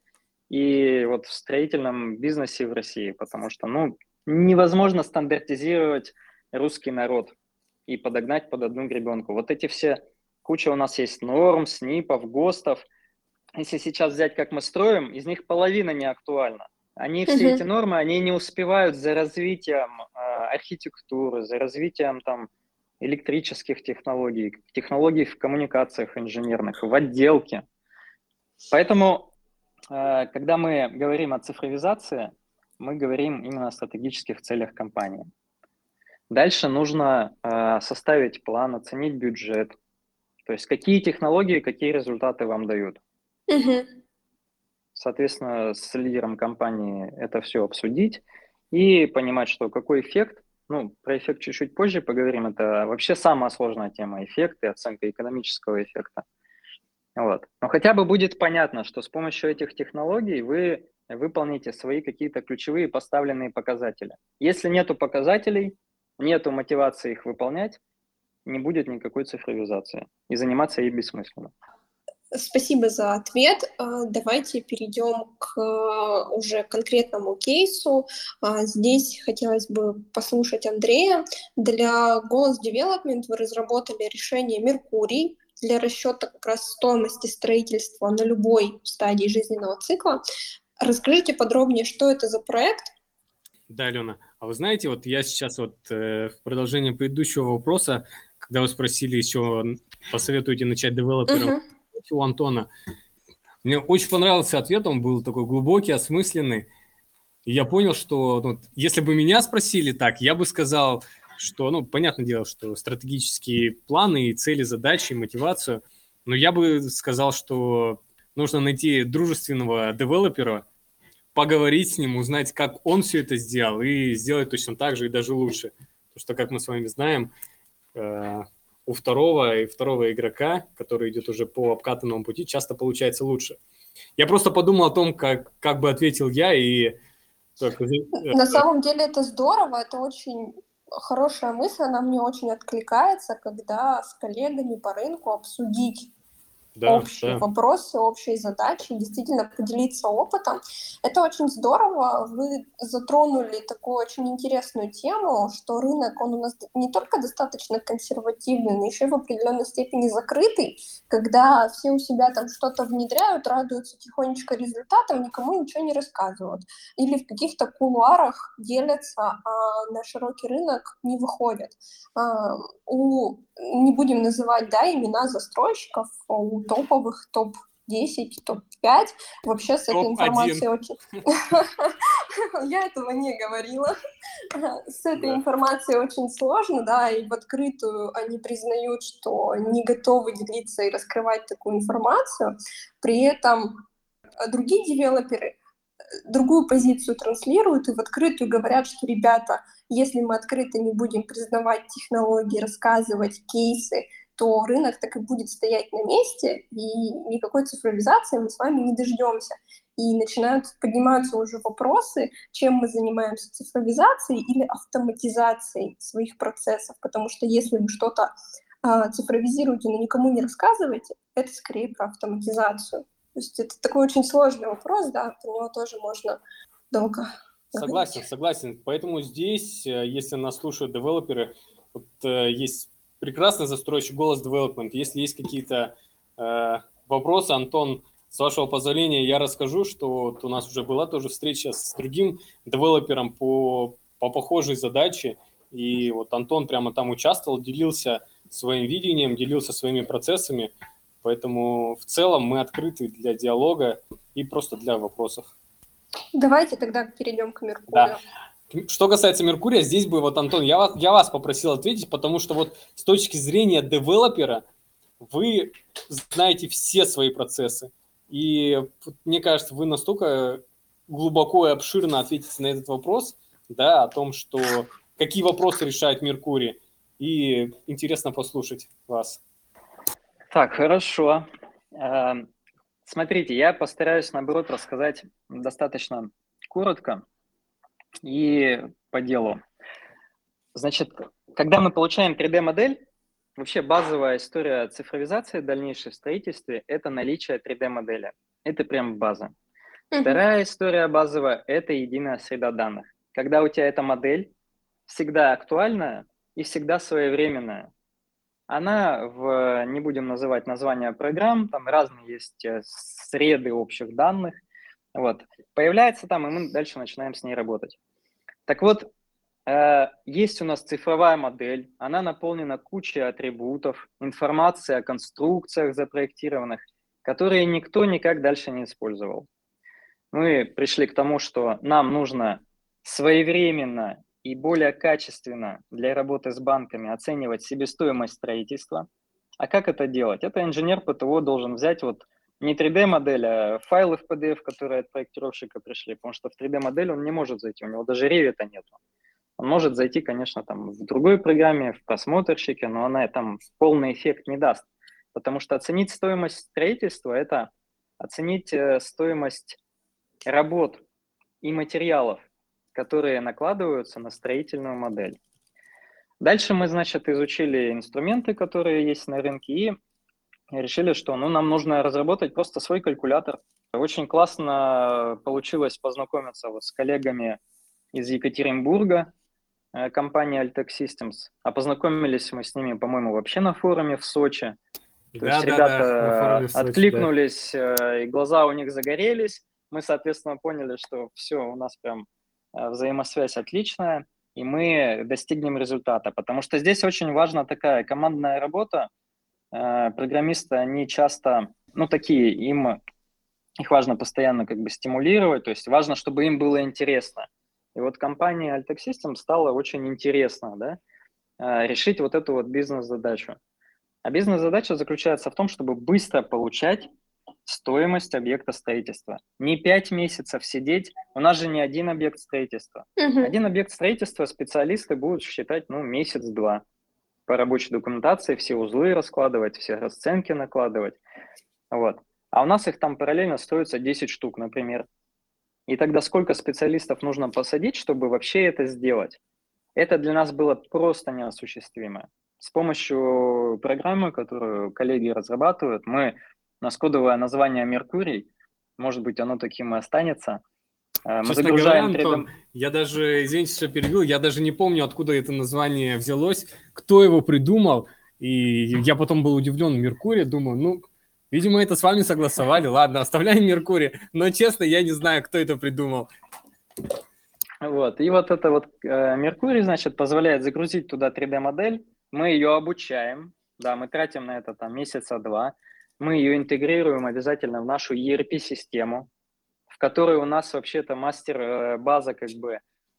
и вот в строительном бизнесе в России, потому что, невозможно стандартизировать русский народ и подогнать под одну гребенку. Вот эти все, куча у нас есть норм, СНИПов, ГОСТов. Если сейчас взять, как мы строим, из них половина не актуальна. Они все эти нормы, они не успевают за развитием архитектуры, за развитием там электрических технологий, технологий в коммуникациях инженерных, в отделке. Поэтому, когда мы говорим о цифровизации, мы говорим именно о стратегических целях компании. Дальше нужно составить план, оценить бюджет. То есть какие технологии, какие результаты вам дают. Соответственно, с лидером компании это все обсудить и понимать, что какой эффект. Про эффект чуть-чуть позже поговорим. Это вообще самая сложная тема – эффекты, оценка экономического эффекта. Вот. Но хотя бы будет понятно, что с помощью этих технологий вы выполните свои какие-то ключевые поставленные показатели. Если нету показателей, нету мотивации их выполнять, не будет никакой цифровизации. И заниматься ей бессмысленно. Спасибо за ответ. Давайте перейдем к уже конкретному кейсу. Здесь хотелось бы послушать Андрея. Для Голос Development вы разработали решение «Меркурий» для расчета как раз стоимости строительства на любой стадии жизненного цикла. Расскажите подробнее, что это за проект? Да, Алена, а вы знаете, вот я сейчас в продолжении предыдущего вопроса, когда вы спросили еще, посоветуете начать девелопером, у Антона. Мне очень понравился ответ, он был такой глубокий, осмысленный. И я понял, что если бы меня спросили так, я бы сказал, что, понятное дело, что стратегические планы и цели, задачи, мотивацию, но я бы сказал, что нужно найти дружественного девелопера, поговорить с ним, узнать, как он все это сделал, и сделать точно так же и даже лучше. Потому что, как мы с вами знаем, у второго игрока, который идет уже по обкатанному пути, часто получается лучше. Я просто подумал о том, как бы ответил я, и... На самом деле это здорово, это очень хорошая мысль, она мне очень откликается, когда с коллегами по рынку обсудить общие вопросы, общие задачи, действительно поделиться опытом. Это очень здорово. Вы затронули такую очень интересную тему, что рынок, он у нас не только достаточно консервативный, но еще и в определенной степени закрытый, когда все у себя там что-то внедряют, радуются тихонечко результатам, никому ничего не рассказывают. Или в каких-то кулуарах делятся, а на широкий рынок не выходят. Не будем называть, да, имена застройщиков, у топовых топ-10, топ-5. Вообще с этой информацией очень... Я этого не говорила. С этой информацией очень сложно, да, и в открытую они признают, что не готовы делиться и раскрывать такую информацию. При этом другие девелоперы другую позицию транслируют и в открытую говорят, что, ребята, если мы открыто не будем признавать технологии, рассказывать кейсы, то рынок так и будет стоять на месте, и никакой цифровизации мы с вами не дождемся. И поднимаются уже вопросы, чем мы занимаемся, цифровизацией или автоматизацией своих процессов, потому что если вы что-то цифровизируете, но никому не рассказываете, это скорее про автоматизацию. То есть это такой очень сложный вопрос, да, про него тоже можно долго говорить. Согласен. Поэтому здесь, если нас слушают девелоперы, вот, есть прекрасный застройщик Голос Development. Если есть какие-то вопросы, Антон, с вашего позволения, я расскажу, что вот у нас уже была тоже встреча с другим девелопером по похожей задаче, и вот Антон прямо там участвовал, делился своим видением, делился своими процессами. Поэтому в целом мы открыты для диалога и просто для вопросов. Давайте тогда перейдем к Меркурию. Да. Что касается Меркурия, здесь бы, вот, Антон, я вас попросил ответить, потому что вот с точки зрения девелопера вы знаете все свои процессы. И мне кажется, вы настолько глубоко и обширно ответите на этот вопрос, да, о том, что какие вопросы решает Меркурий. И интересно послушать вас. Так, хорошо. Смотрите, я постараюсь, наоборот, рассказать достаточно коротко и по делу. Значит, когда мы получаем 3D-модель, вообще базовая история цифровизации дальнейшей в строительстве – это наличие 3D-модели. Это прям база. Вторая история базовая – это единая среда данных. Когда у тебя эта модель всегда актуальная и всегда своевременная. Она не будем называть названия программ, там разные есть среды общих данных. Вот. Появляется там, и мы дальше начинаем с ней работать. Так вот, есть у нас цифровая модель, она наполнена кучей атрибутов, информации о конструкциях запроектированных, которые никто никак дальше не использовал. Мы пришли к тому, что нам нужно своевременно и более качественно для работы с банками оценивать себестоимость строительства. А как это делать? Это инженер ПТО должен взять вот не 3D-модель, а файлы в PDF, которые от проектировщика пришли, потому что в 3D-модель он не может зайти, у него даже Revit нету. Он может зайти, конечно, там в другой программе, в просмотрщике, но она там полный эффект не даст, потому что оценить стоимость строительства – это оценить стоимость работ и материалов, которые накладываются на строительную модель. Дальше мы, значит, изучили инструменты, которые есть на рынке, и решили, что нам нужно разработать просто свой калькулятор. Очень классно получилось познакомиться вот с коллегами из Екатеринбурга, компании Altec Systems. А познакомились мы с ними, по-моему, вообще на форуме в Сочи. То есть ребята откликнулись, и глаза у них загорелись. Мы, соответственно, поняли, что все, у нас прям взаимосвязь отличная, и мы достигнем результата. Потому что здесь очень важна такая командная работа. Программисты, они часто, такие, их важно постоянно как бы стимулировать, то есть важно, чтобы им было интересно. И вот компания Altec Systems стала очень интересно, да, решить вот эту вот бизнес-задачу. А бизнес-задача заключается в том, чтобы быстро получать стоимость объекта строительства. Не 5 месяцев сидеть. У нас же не один объект строительства. Один объект строительства специалисты будут считать, месяц-два. по рабочей документации, все узлы раскладывать, все расценки накладывать. Вот. А у нас их там параллельно строится 10 штук, например. И тогда сколько специалистов нужно посадить, чтобы вообще это сделать? Это для нас было просто неосуществимо. С помощью программы, которую коллеги разрабатывают, у нас кодовое название «Меркурий», может быть, оно таким и останется. Мы Честно загружаем говоря, 3D... Антон, я даже, извините, что перебил, я даже не помню, откуда это название взялось, кто его придумал, и я потом был удивлен Меркурий, думаю, ну, видимо, это с вами согласовали, ладно, оставляем Меркурий, но, честно, я не знаю, кто это придумал. Вот. И вот это вот Меркурий, значит, позволяет загрузить туда 3D-модель, мы ее обучаем, да, мы тратим на это там месяца 2, мы ее интегрируем обязательно в нашу ERP-систему, в которой у нас вообще-то мастер-база как бы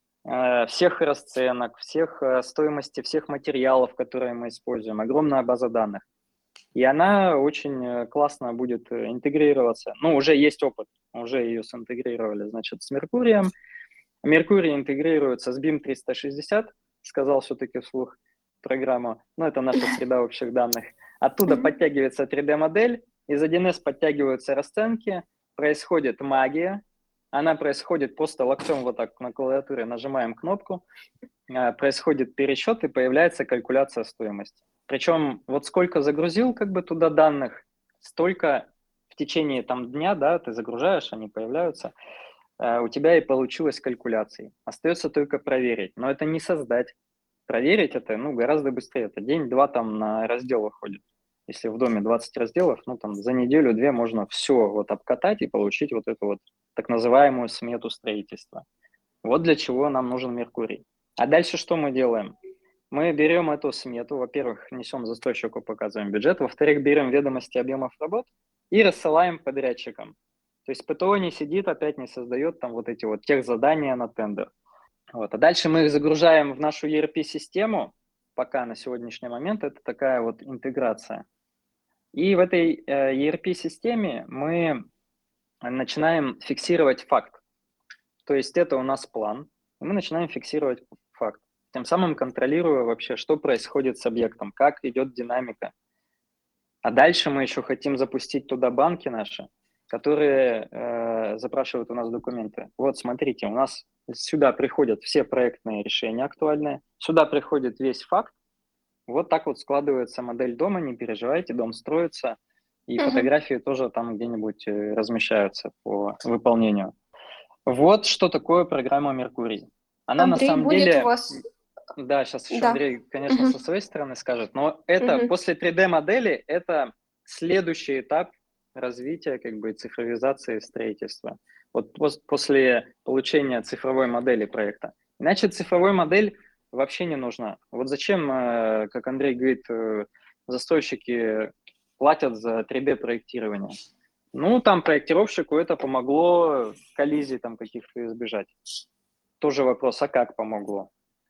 всех расценок, всех стоимости, всех материалов, которые мы используем, огромная база данных. И она очень классно будет интегрироваться. Ну, уже есть опыт, уже ее синтегрировали, значит, с Меркурием. Меркурий интегрируется с BIM 360, сказал все-таки вслух программу, ну, это наша среда общих данных. Оттуда подтягивается 3D-модель, из 1С подтягиваются расценки, происходит магия, она происходит просто локтем вот так на клавиатуре, нажимаем кнопку, происходит пересчет и появляется калькуляция стоимости. Причем вот сколько загрузил как бы туда данных, столько в течение там дня, да, ты загружаешь, они появляются, у тебя и получилось калькуляции. Остается только проверить, но это не создать. Проверить это, ну, гораздо быстрее. Это день-два там на раздел уходит. Если в доме 20 разделов, ну, там за неделю-две можно все вот обкатать и получить вот эту вот так называемую смету строительства. Вот для чего нам нужен Меркурий. А дальше что мы делаем? Мы берем эту смету, во-первых, несем застройщику, показываем бюджет, во-вторых, берем ведомости объемов работ и рассылаем подрядчикам. То есть ПТО не сидит, опять не создает там вот эти вот тех задания на тендер. Вот. А дальше мы их загружаем в нашу ERP-систему, пока на сегодняшний момент это такая вот интеграция. И в этой ERP-системе мы начинаем фиксировать факт. То есть это у нас план, и мы начинаем фиксировать факт. Тем самым контролируя вообще, что происходит с объектом, как идет динамика. А дальше мы еще хотим запустить туда банки наши, которые запрашивают у нас документы. Вот смотрите, у нас сюда приходят все проектные решения актуальные, сюда приходит весь факт. Вот так вот складывается модель дома, не переживайте, дом строится, и фотографии тоже там где-нибудь размещаются по выполнению. Вот что такое программа «Меркурий». Она Андрей, на самом будет деле... у вас... Да, сейчас еще Да. Андрей, конечно, со своей стороны скажет, но это после 3D-модели это следующий этап развития как бы цифровизации строительства. Вот после получения цифровой модели проекта. Иначе цифровой модель вообще не нужна. Вот зачем, как Андрей говорит, застройщики платят за 3D-проектирование? Ну, там проектировщику это помогло коллизий там каких-то избежать. Тоже вопрос, а как помогло?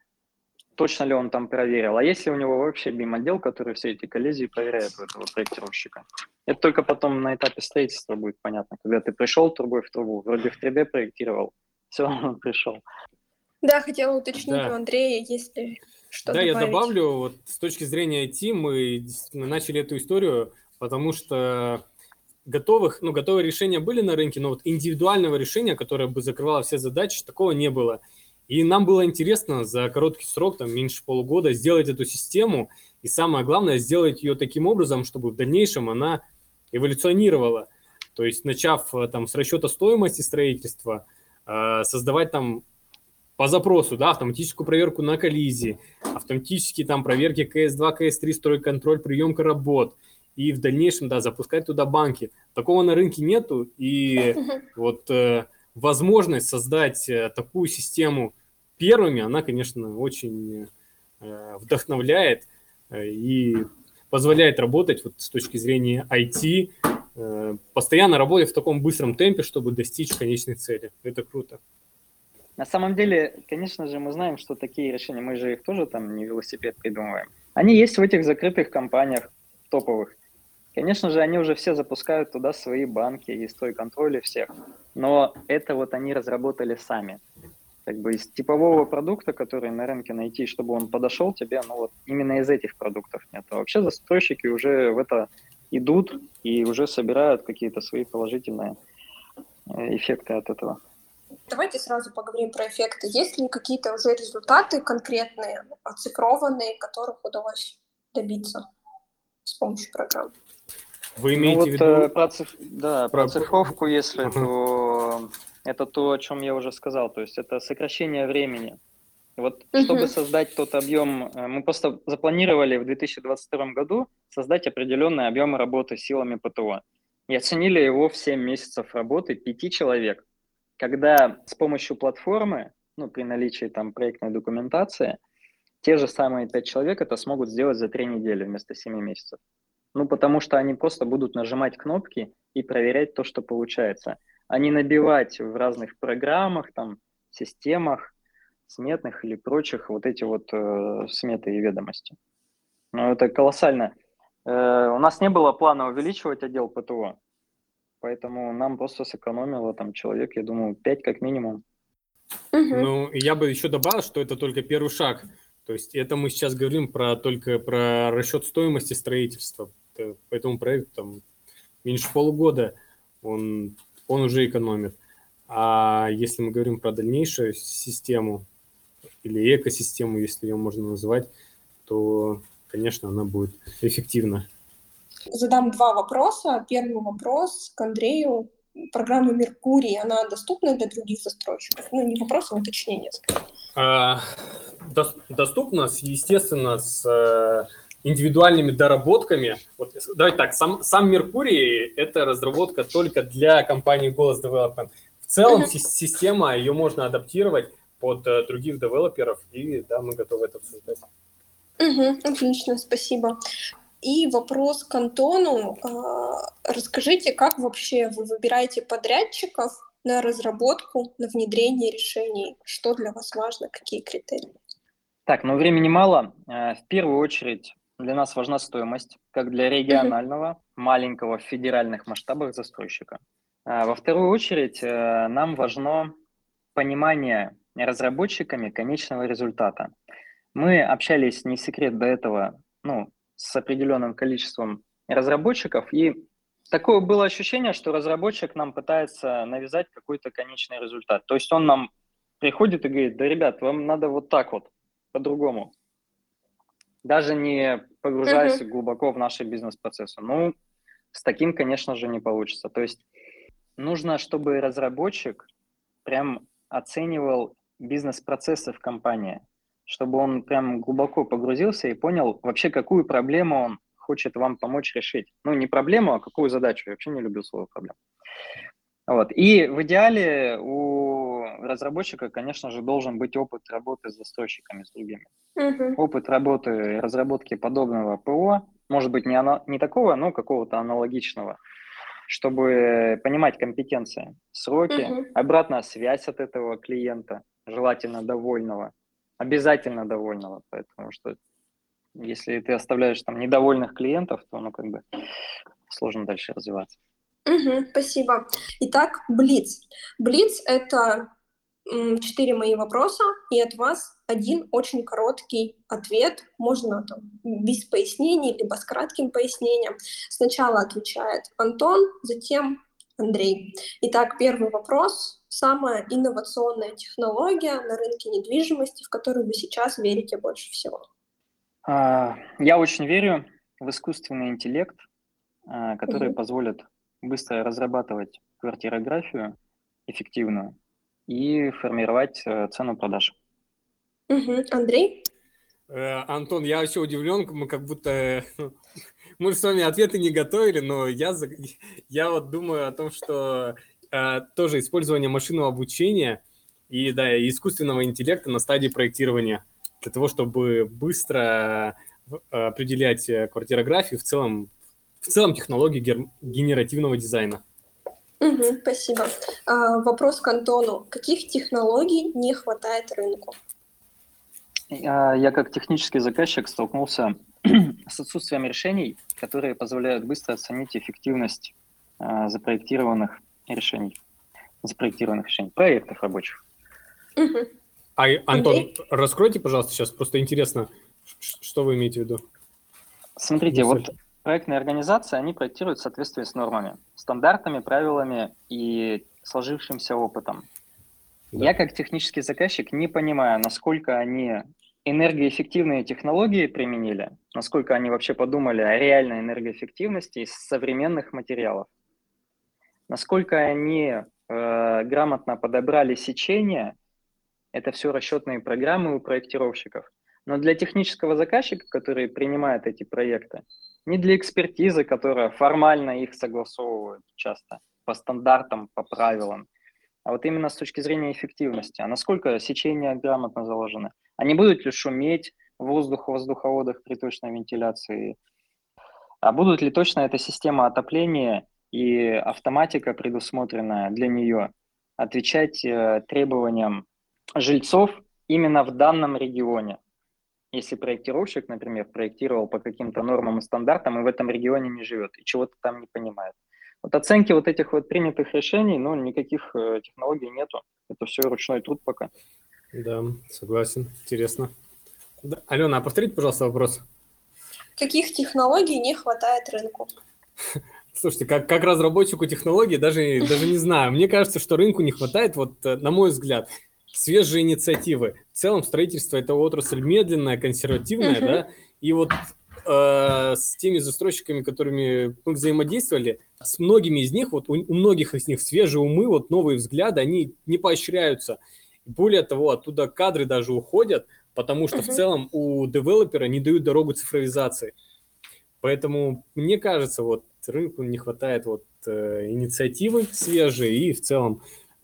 Точно ли он там проверил? А если у него вообще BIM-отдел, который все эти коллизии проверяет у этого проектировщика? Это только потом на этапе строительства будет понятно. Когда ты пришел трубой в трубу, вроде в 3D проектировал, все равно пришел. Да, хотела уточнить у Андрея, есть ли что добавить. Я добавлю, вот с точки зрения IT мы действительно начали эту историю, потому что готовые решения были на рынке, но вот индивидуального решения, которое бы закрывало все задачи, такого не было. И нам было интересно за короткий срок, там меньше полугода, сделать эту систему, и самое главное, сделать ее таким образом, чтобы в дальнейшем она эволюционировала. То есть, начав там с расчета стоимости строительства, создавать там по запросу, да, автоматическую проверку на коллизии, автоматические там проверки КС2, КС3, стройконтроль, приемка работ, и в дальнейшем, да, запускать туда банки. Такого на рынке нету, и вот возможность создать такую систему первыми, она, конечно, очень вдохновляет и позволяет работать вот с точки зрения IT, постоянно работать в таком быстром темпе, чтобы достичь конечной цели. Это круто. На самом деле, конечно же, мы знаем, что такие решения, мы же их тоже там не велосипед придумываем. Они есть в этих закрытых компаниях топовых. Конечно же, они уже все запускают туда свои банки и стройконтроли всех. Но это вот они разработали сами. Как бы из типового продукта, который на рынке найти, чтобы он подошел тебе, ну вот именно из этих продуктов нет. А вообще застройщики уже в это идут и уже собирают какие-то свои положительные эффекты от этого. Давайте сразу поговорим про эффекты. Есть ли какие-то уже результаты конкретные, оцифрованные, которых удалось добиться с помощью программ? Вы имеете в виду... Про цифровку, если, то это то, о чем я уже сказал. То есть это сокращение времени. Вот чтобы создать тот объем, мы просто запланировали в 2022 году создать определенный объем работы силами ПТО. И оценили его в 7 месяцев работы 5 человек. Когда с помощью платформы, ну, при наличии там проектной документации, те же самые 5 человек это смогут сделать за 3 недели вместо 7 месяцев. Ну, потому что они просто будут нажимать кнопки и проверять то, что получается, а не набивать в разных программах, там, системах, сметных или прочих вот эти вот сметы и ведомости. Ну, это колоссально. У нас не было плана увеличивать отдел ПТО, поэтому нам просто сэкономило там человек, я думаю, 5 как минимум. Ну, я бы еще добавил, что это только первый шаг. То есть это мы сейчас говорим только про расчет стоимости строительства. По этому проекту там меньше полугода он уже экономит. А если мы говорим про дальнейшую систему или экосистему, если ее можно назвать, то, конечно, она будет эффективна. Задам 2 вопроса. Первый вопрос к Андрею. Программа «Меркурий», она доступна для других застройщиков? Ну, не вопрос, а уточнение. Доступна, естественно, с индивидуальными доработками. Вот, давайте так, сам Меркурий – это разработка только для компании Голос Development. В целом система, ее можно адаптировать под других девелоперов, и да, мы готовы это обсуждать. Отлично, спасибо. И вопрос к Антону. Расскажите, как вообще вы выбираете подрядчиков на разработку, на внедрение решений? Что для вас важно, какие критерии? Так, но времени мало. В первую очередь для нас важна стоимость, как для регионального, маленького в федеральных масштабах застройщика. Во вторую очередь нам важно понимание разработчиками конечного результата. Мы общались, не секрет, до этого, с определенным количеством разработчиков, и такое было ощущение, что разработчик нам пытается навязать какой-то конечный результат. То есть он нам приходит и говорит: да, ребят, вам надо вот так вот, по-другому. Даже не погружаясь глубоко в наши бизнес-процессы. Ну, с таким, конечно же, не получится. То есть нужно, чтобы разработчик прям оценивал бизнес-процессы в компании, чтобы он прям глубоко погрузился и понял вообще, какую проблему он хочет вам помочь решить. Ну, не проблему, а какую задачу. Я вообще не люблю слово «проблема». Вот. И в идеале у разработчика, конечно же, должен быть опыт работы с застройщиками, с другими. Опыт работы и разработки подобного ПО, может быть, не такого, но какого-то аналогичного, чтобы понимать компетенции, сроки, обратная связь от этого клиента, желательно довольного, обязательно довольного, потому что если ты оставляешь там недовольных клиентов, то сложно дальше развиваться. Спасибо. Итак, Блиц. Блиц – это 4 мои вопроса, и от вас 1 очень короткий ответ. Можно там без пояснений, либо с кратким пояснением. Сначала отвечает Антон, затем Андрей. Итак, первый вопрос. Самая инновационная технология на рынке недвижимости, в которую вы сейчас верите больше всего? Я очень верю в искусственный интеллект, который позволит быстро разрабатывать квартирографию эффективную и формировать цену продаж. Андрей? Антон, я вообще удивлен, мы как будто... Мы с вами ответы не готовили, но я вот думаю о том, что тоже использование машинного обучения и искусственного интеллекта на стадии проектирования для того, чтобы быстро определять квартирографию, в целом технологии генеративного дизайна. Спасибо. Вопрос к Антону. Каких технологий не хватает рынку? Я как технический заказчик столкнулся с отсутствием решений, которые позволяют быстро оценить эффективность запроектированных решений, проектов рабочих. Мгм. Антон, Андрей? раскройте, пожалуйста, сейчас, просто интересно, что вы имеете в виду? Смотрите, Мысль. вот проектные организации, они проектируют в соответствии с нормами, стандартами, правилами и сложившимся опытом. Да. Я как технический заказчик не понимаю, насколько они энергоэффективные технологии применили, насколько они вообще подумали о реальной энергоэффективности из современных материалов, насколько они грамотно подобрали сечение, это все расчетные программы у проектировщиков. Но для технического заказчика, который принимает эти проекты, не для экспертизы, которая формально их согласовывает часто по стандартам, по правилам, а вот именно с точки зрения эффективности. А насколько сечения грамотно заложены? А не будет ли шуметь воздух в воздуховодах при точной вентиляции? А будут ли точно эта система отопления и автоматика, предусмотренная для нее, отвечать требованиям жильцов именно в данном регионе? Если проектировщик, например, проектировал по каким-то нормам и стандартам и в этом регионе не живет, и чего-то там не понимает. Вот оценки вот этих вот принятых решений, ну, никаких технологий нету. Это все ручной труд пока. Да, согласен. Интересно. Да. Алена, а повторите, пожалуйста, вопрос. Каких технологий не хватает рынку? Слушайте, как разработчику технологий, даже не знаю. Мне кажется, что рынку не хватает, вот на мой взгляд, свежие инициативы. В целом строительство – это отрасль медленная, консервативная, да, и вот с теми застройщиками, которыми мы взаимодействовали, с многими из них, вот у многих из них свежие умы, вот новые взгляды, они не поощряются. Более того, оттуда кадры даже уходят, потому что в целом у девелопера не дают дорогу цифровизации. Поэтому, мне кажется, вот рынку не хватает вот инициативы свежей и в целом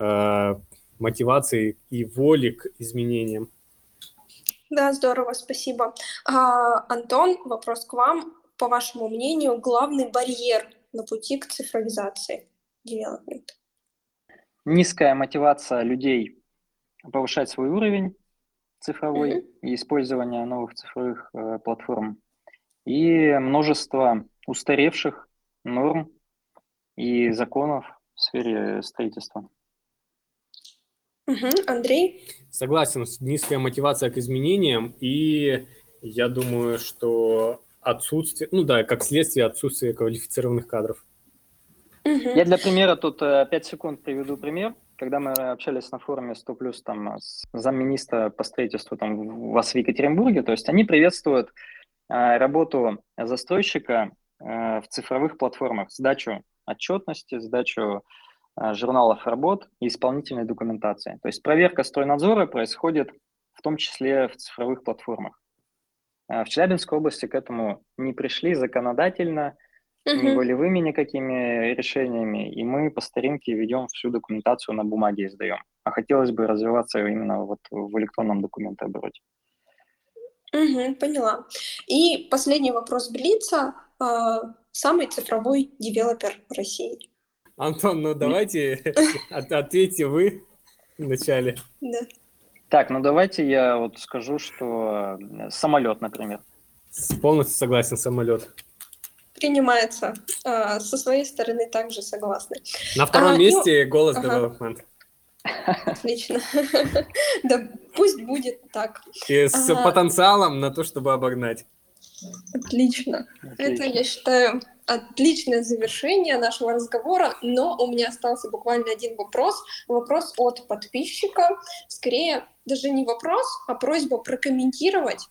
мотивации и воли к изменениям. Да, здорово, спасибо. Антон, вопрос к вам. По вашему мнению, главный барьер на пути к цифровизации development? Низкая мотивация людей повышать свой уровень цифровой и использование новых цифровых платформ. И множество устаревших норм и законов в сфере строительства. Андрей? Согласен, низкая мотивация к изменениям, и я думаю, что отсутствие, ну да, как следствие отсутствия квалифицированных кадров. Я для примера тут 5 секунд приведу пример. Когда мы общались на форуме 100+, там, с замминистра по строительству там, у вас в Екатеринбурге, то есть они приветствуют работу застройщика в цифровых платформах, сдачу отчетности, сдачу журналов работ и исполнительной документации. То есть проверка стройнадзора происходит в том числе в цифровых платформах. В Челябинской области к этому не пришли законодательно, ни волевыми никакими решениями, и мы по старинке ведем всю документацию на бумаге и сдаем. А хотелось бы развиваться именно вот в электронном документообороте. Поняла. И последний вопрос Блица. Самый цифровой девелопер России. Антон, ну давайте ответьте вы вначале. Да. Так, ну давайте я вот скажу, что самолет, например. Полностью согласен, самолет. Принимается. Со своей стороны также согласны. На втором месте голос Development. Отлично. Да, пусть будет так. И с потенциалом на то, чтобы обогнать. Отлично. Это, я считаю, отличное завершение нашего разговора, но у меня остался буквально один вопрос. Вопрос от подписчика. Скорее, даже не вопрос, а просьба прокомментировать.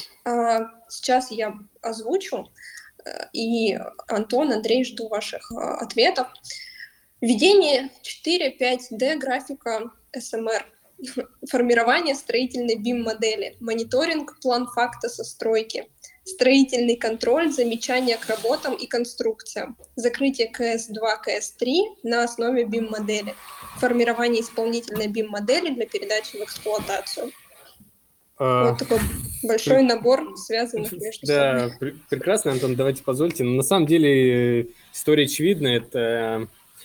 Сейчас я озвучу. И Антон, Андрей, жду ваших ответов. Введение 4-5D графика СМР. Формирование строительной BIM-модели. Мониторинг, план факта со стройки. Строительный контроль, замечания к работам и конструкциям. Закрытие КС-2, КС-3 на основе BIM-модели. Формирование исполнительной BIM-модели для передачи в эксплуатацию. Вот такой большой набор связанных между собой. Да, прекрасно, Антон, давайте позвольте. Но на самом деле история очевидна. Это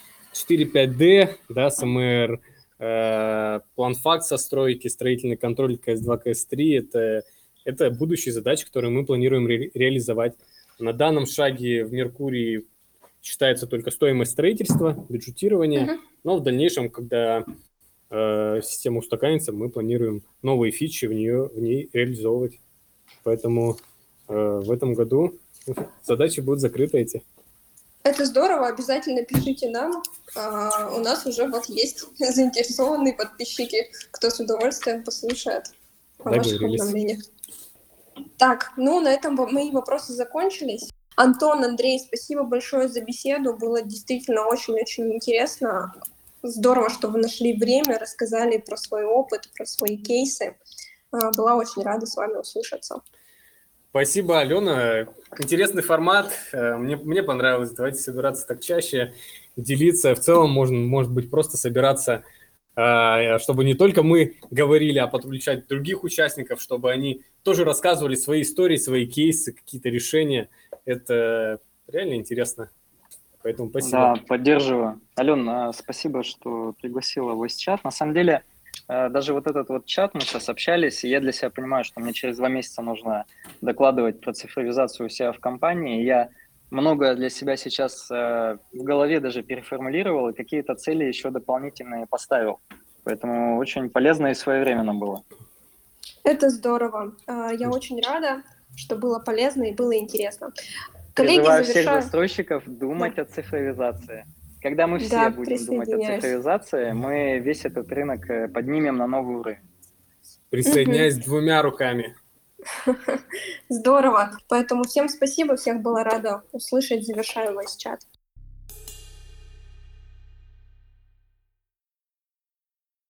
4-5D, да, СМР, план факт со стройки, строительный контроль КС-2, КС-3. Это будущие задачи, которые мы планируем реализовать. На данном шаге в Меркурии считается только стоимость строительства, бюджетирования, но в дальнейшем, когда система устаканится, мы планируем новые фичи в ней реализовывать. Поэтому в этом году задачи будут закрыты эти. Это здорово, обязательно пишите нам. У нас уже вот есть заинтересованные подписчики, кто с удовольствием послушает о ваших обновлениях. Так, ну на этом мои вопросы закончились. Антон, Андрей, спасибо большое за беседу. Было действительно очень-очень интересно. Здорово, что вы нашли время, рассказали про свой опыт, про свои кейсы. Была очень рада с вами услышаться. Спасибо, Алена. Интересный формат. Мне понравилось. Давайте собираться так чаще, делиться. В целом, может быть, просто собираться, чтобы не только мы говорили, а подключать других участников, чтобы они тоже рассказывали свои истории, свои кейсы, какие-то решения. Это реально интересно. Поэтому спасибо. Да, поддерживаю. Ален, спасибо, что пригласила в voice-чат. На самом деле, даже вот этот вот чат, мы сейчас общались, и я для себя понимаю, что мне через 2 месяца нужно докладывать про цифровизацию у себя в компании. Я многое для себя сейчас в голове даже переформулировал и какие-то цели еще дополнительные поставил. Поэтому очень полезно и своевременно было. Это здорово. Я очень рада, что было полезно и было интересно. Коллеги, призываю всех застройщиков думать о цифровизации. Когда мы все будем думать о цифровизации, мы весь этот рынок поднимем на новый уровень. Присоединяюсь 2 руками. Здорово. Поэтому всем спасибо, всех была рада услышать. Завершаю voice-чат.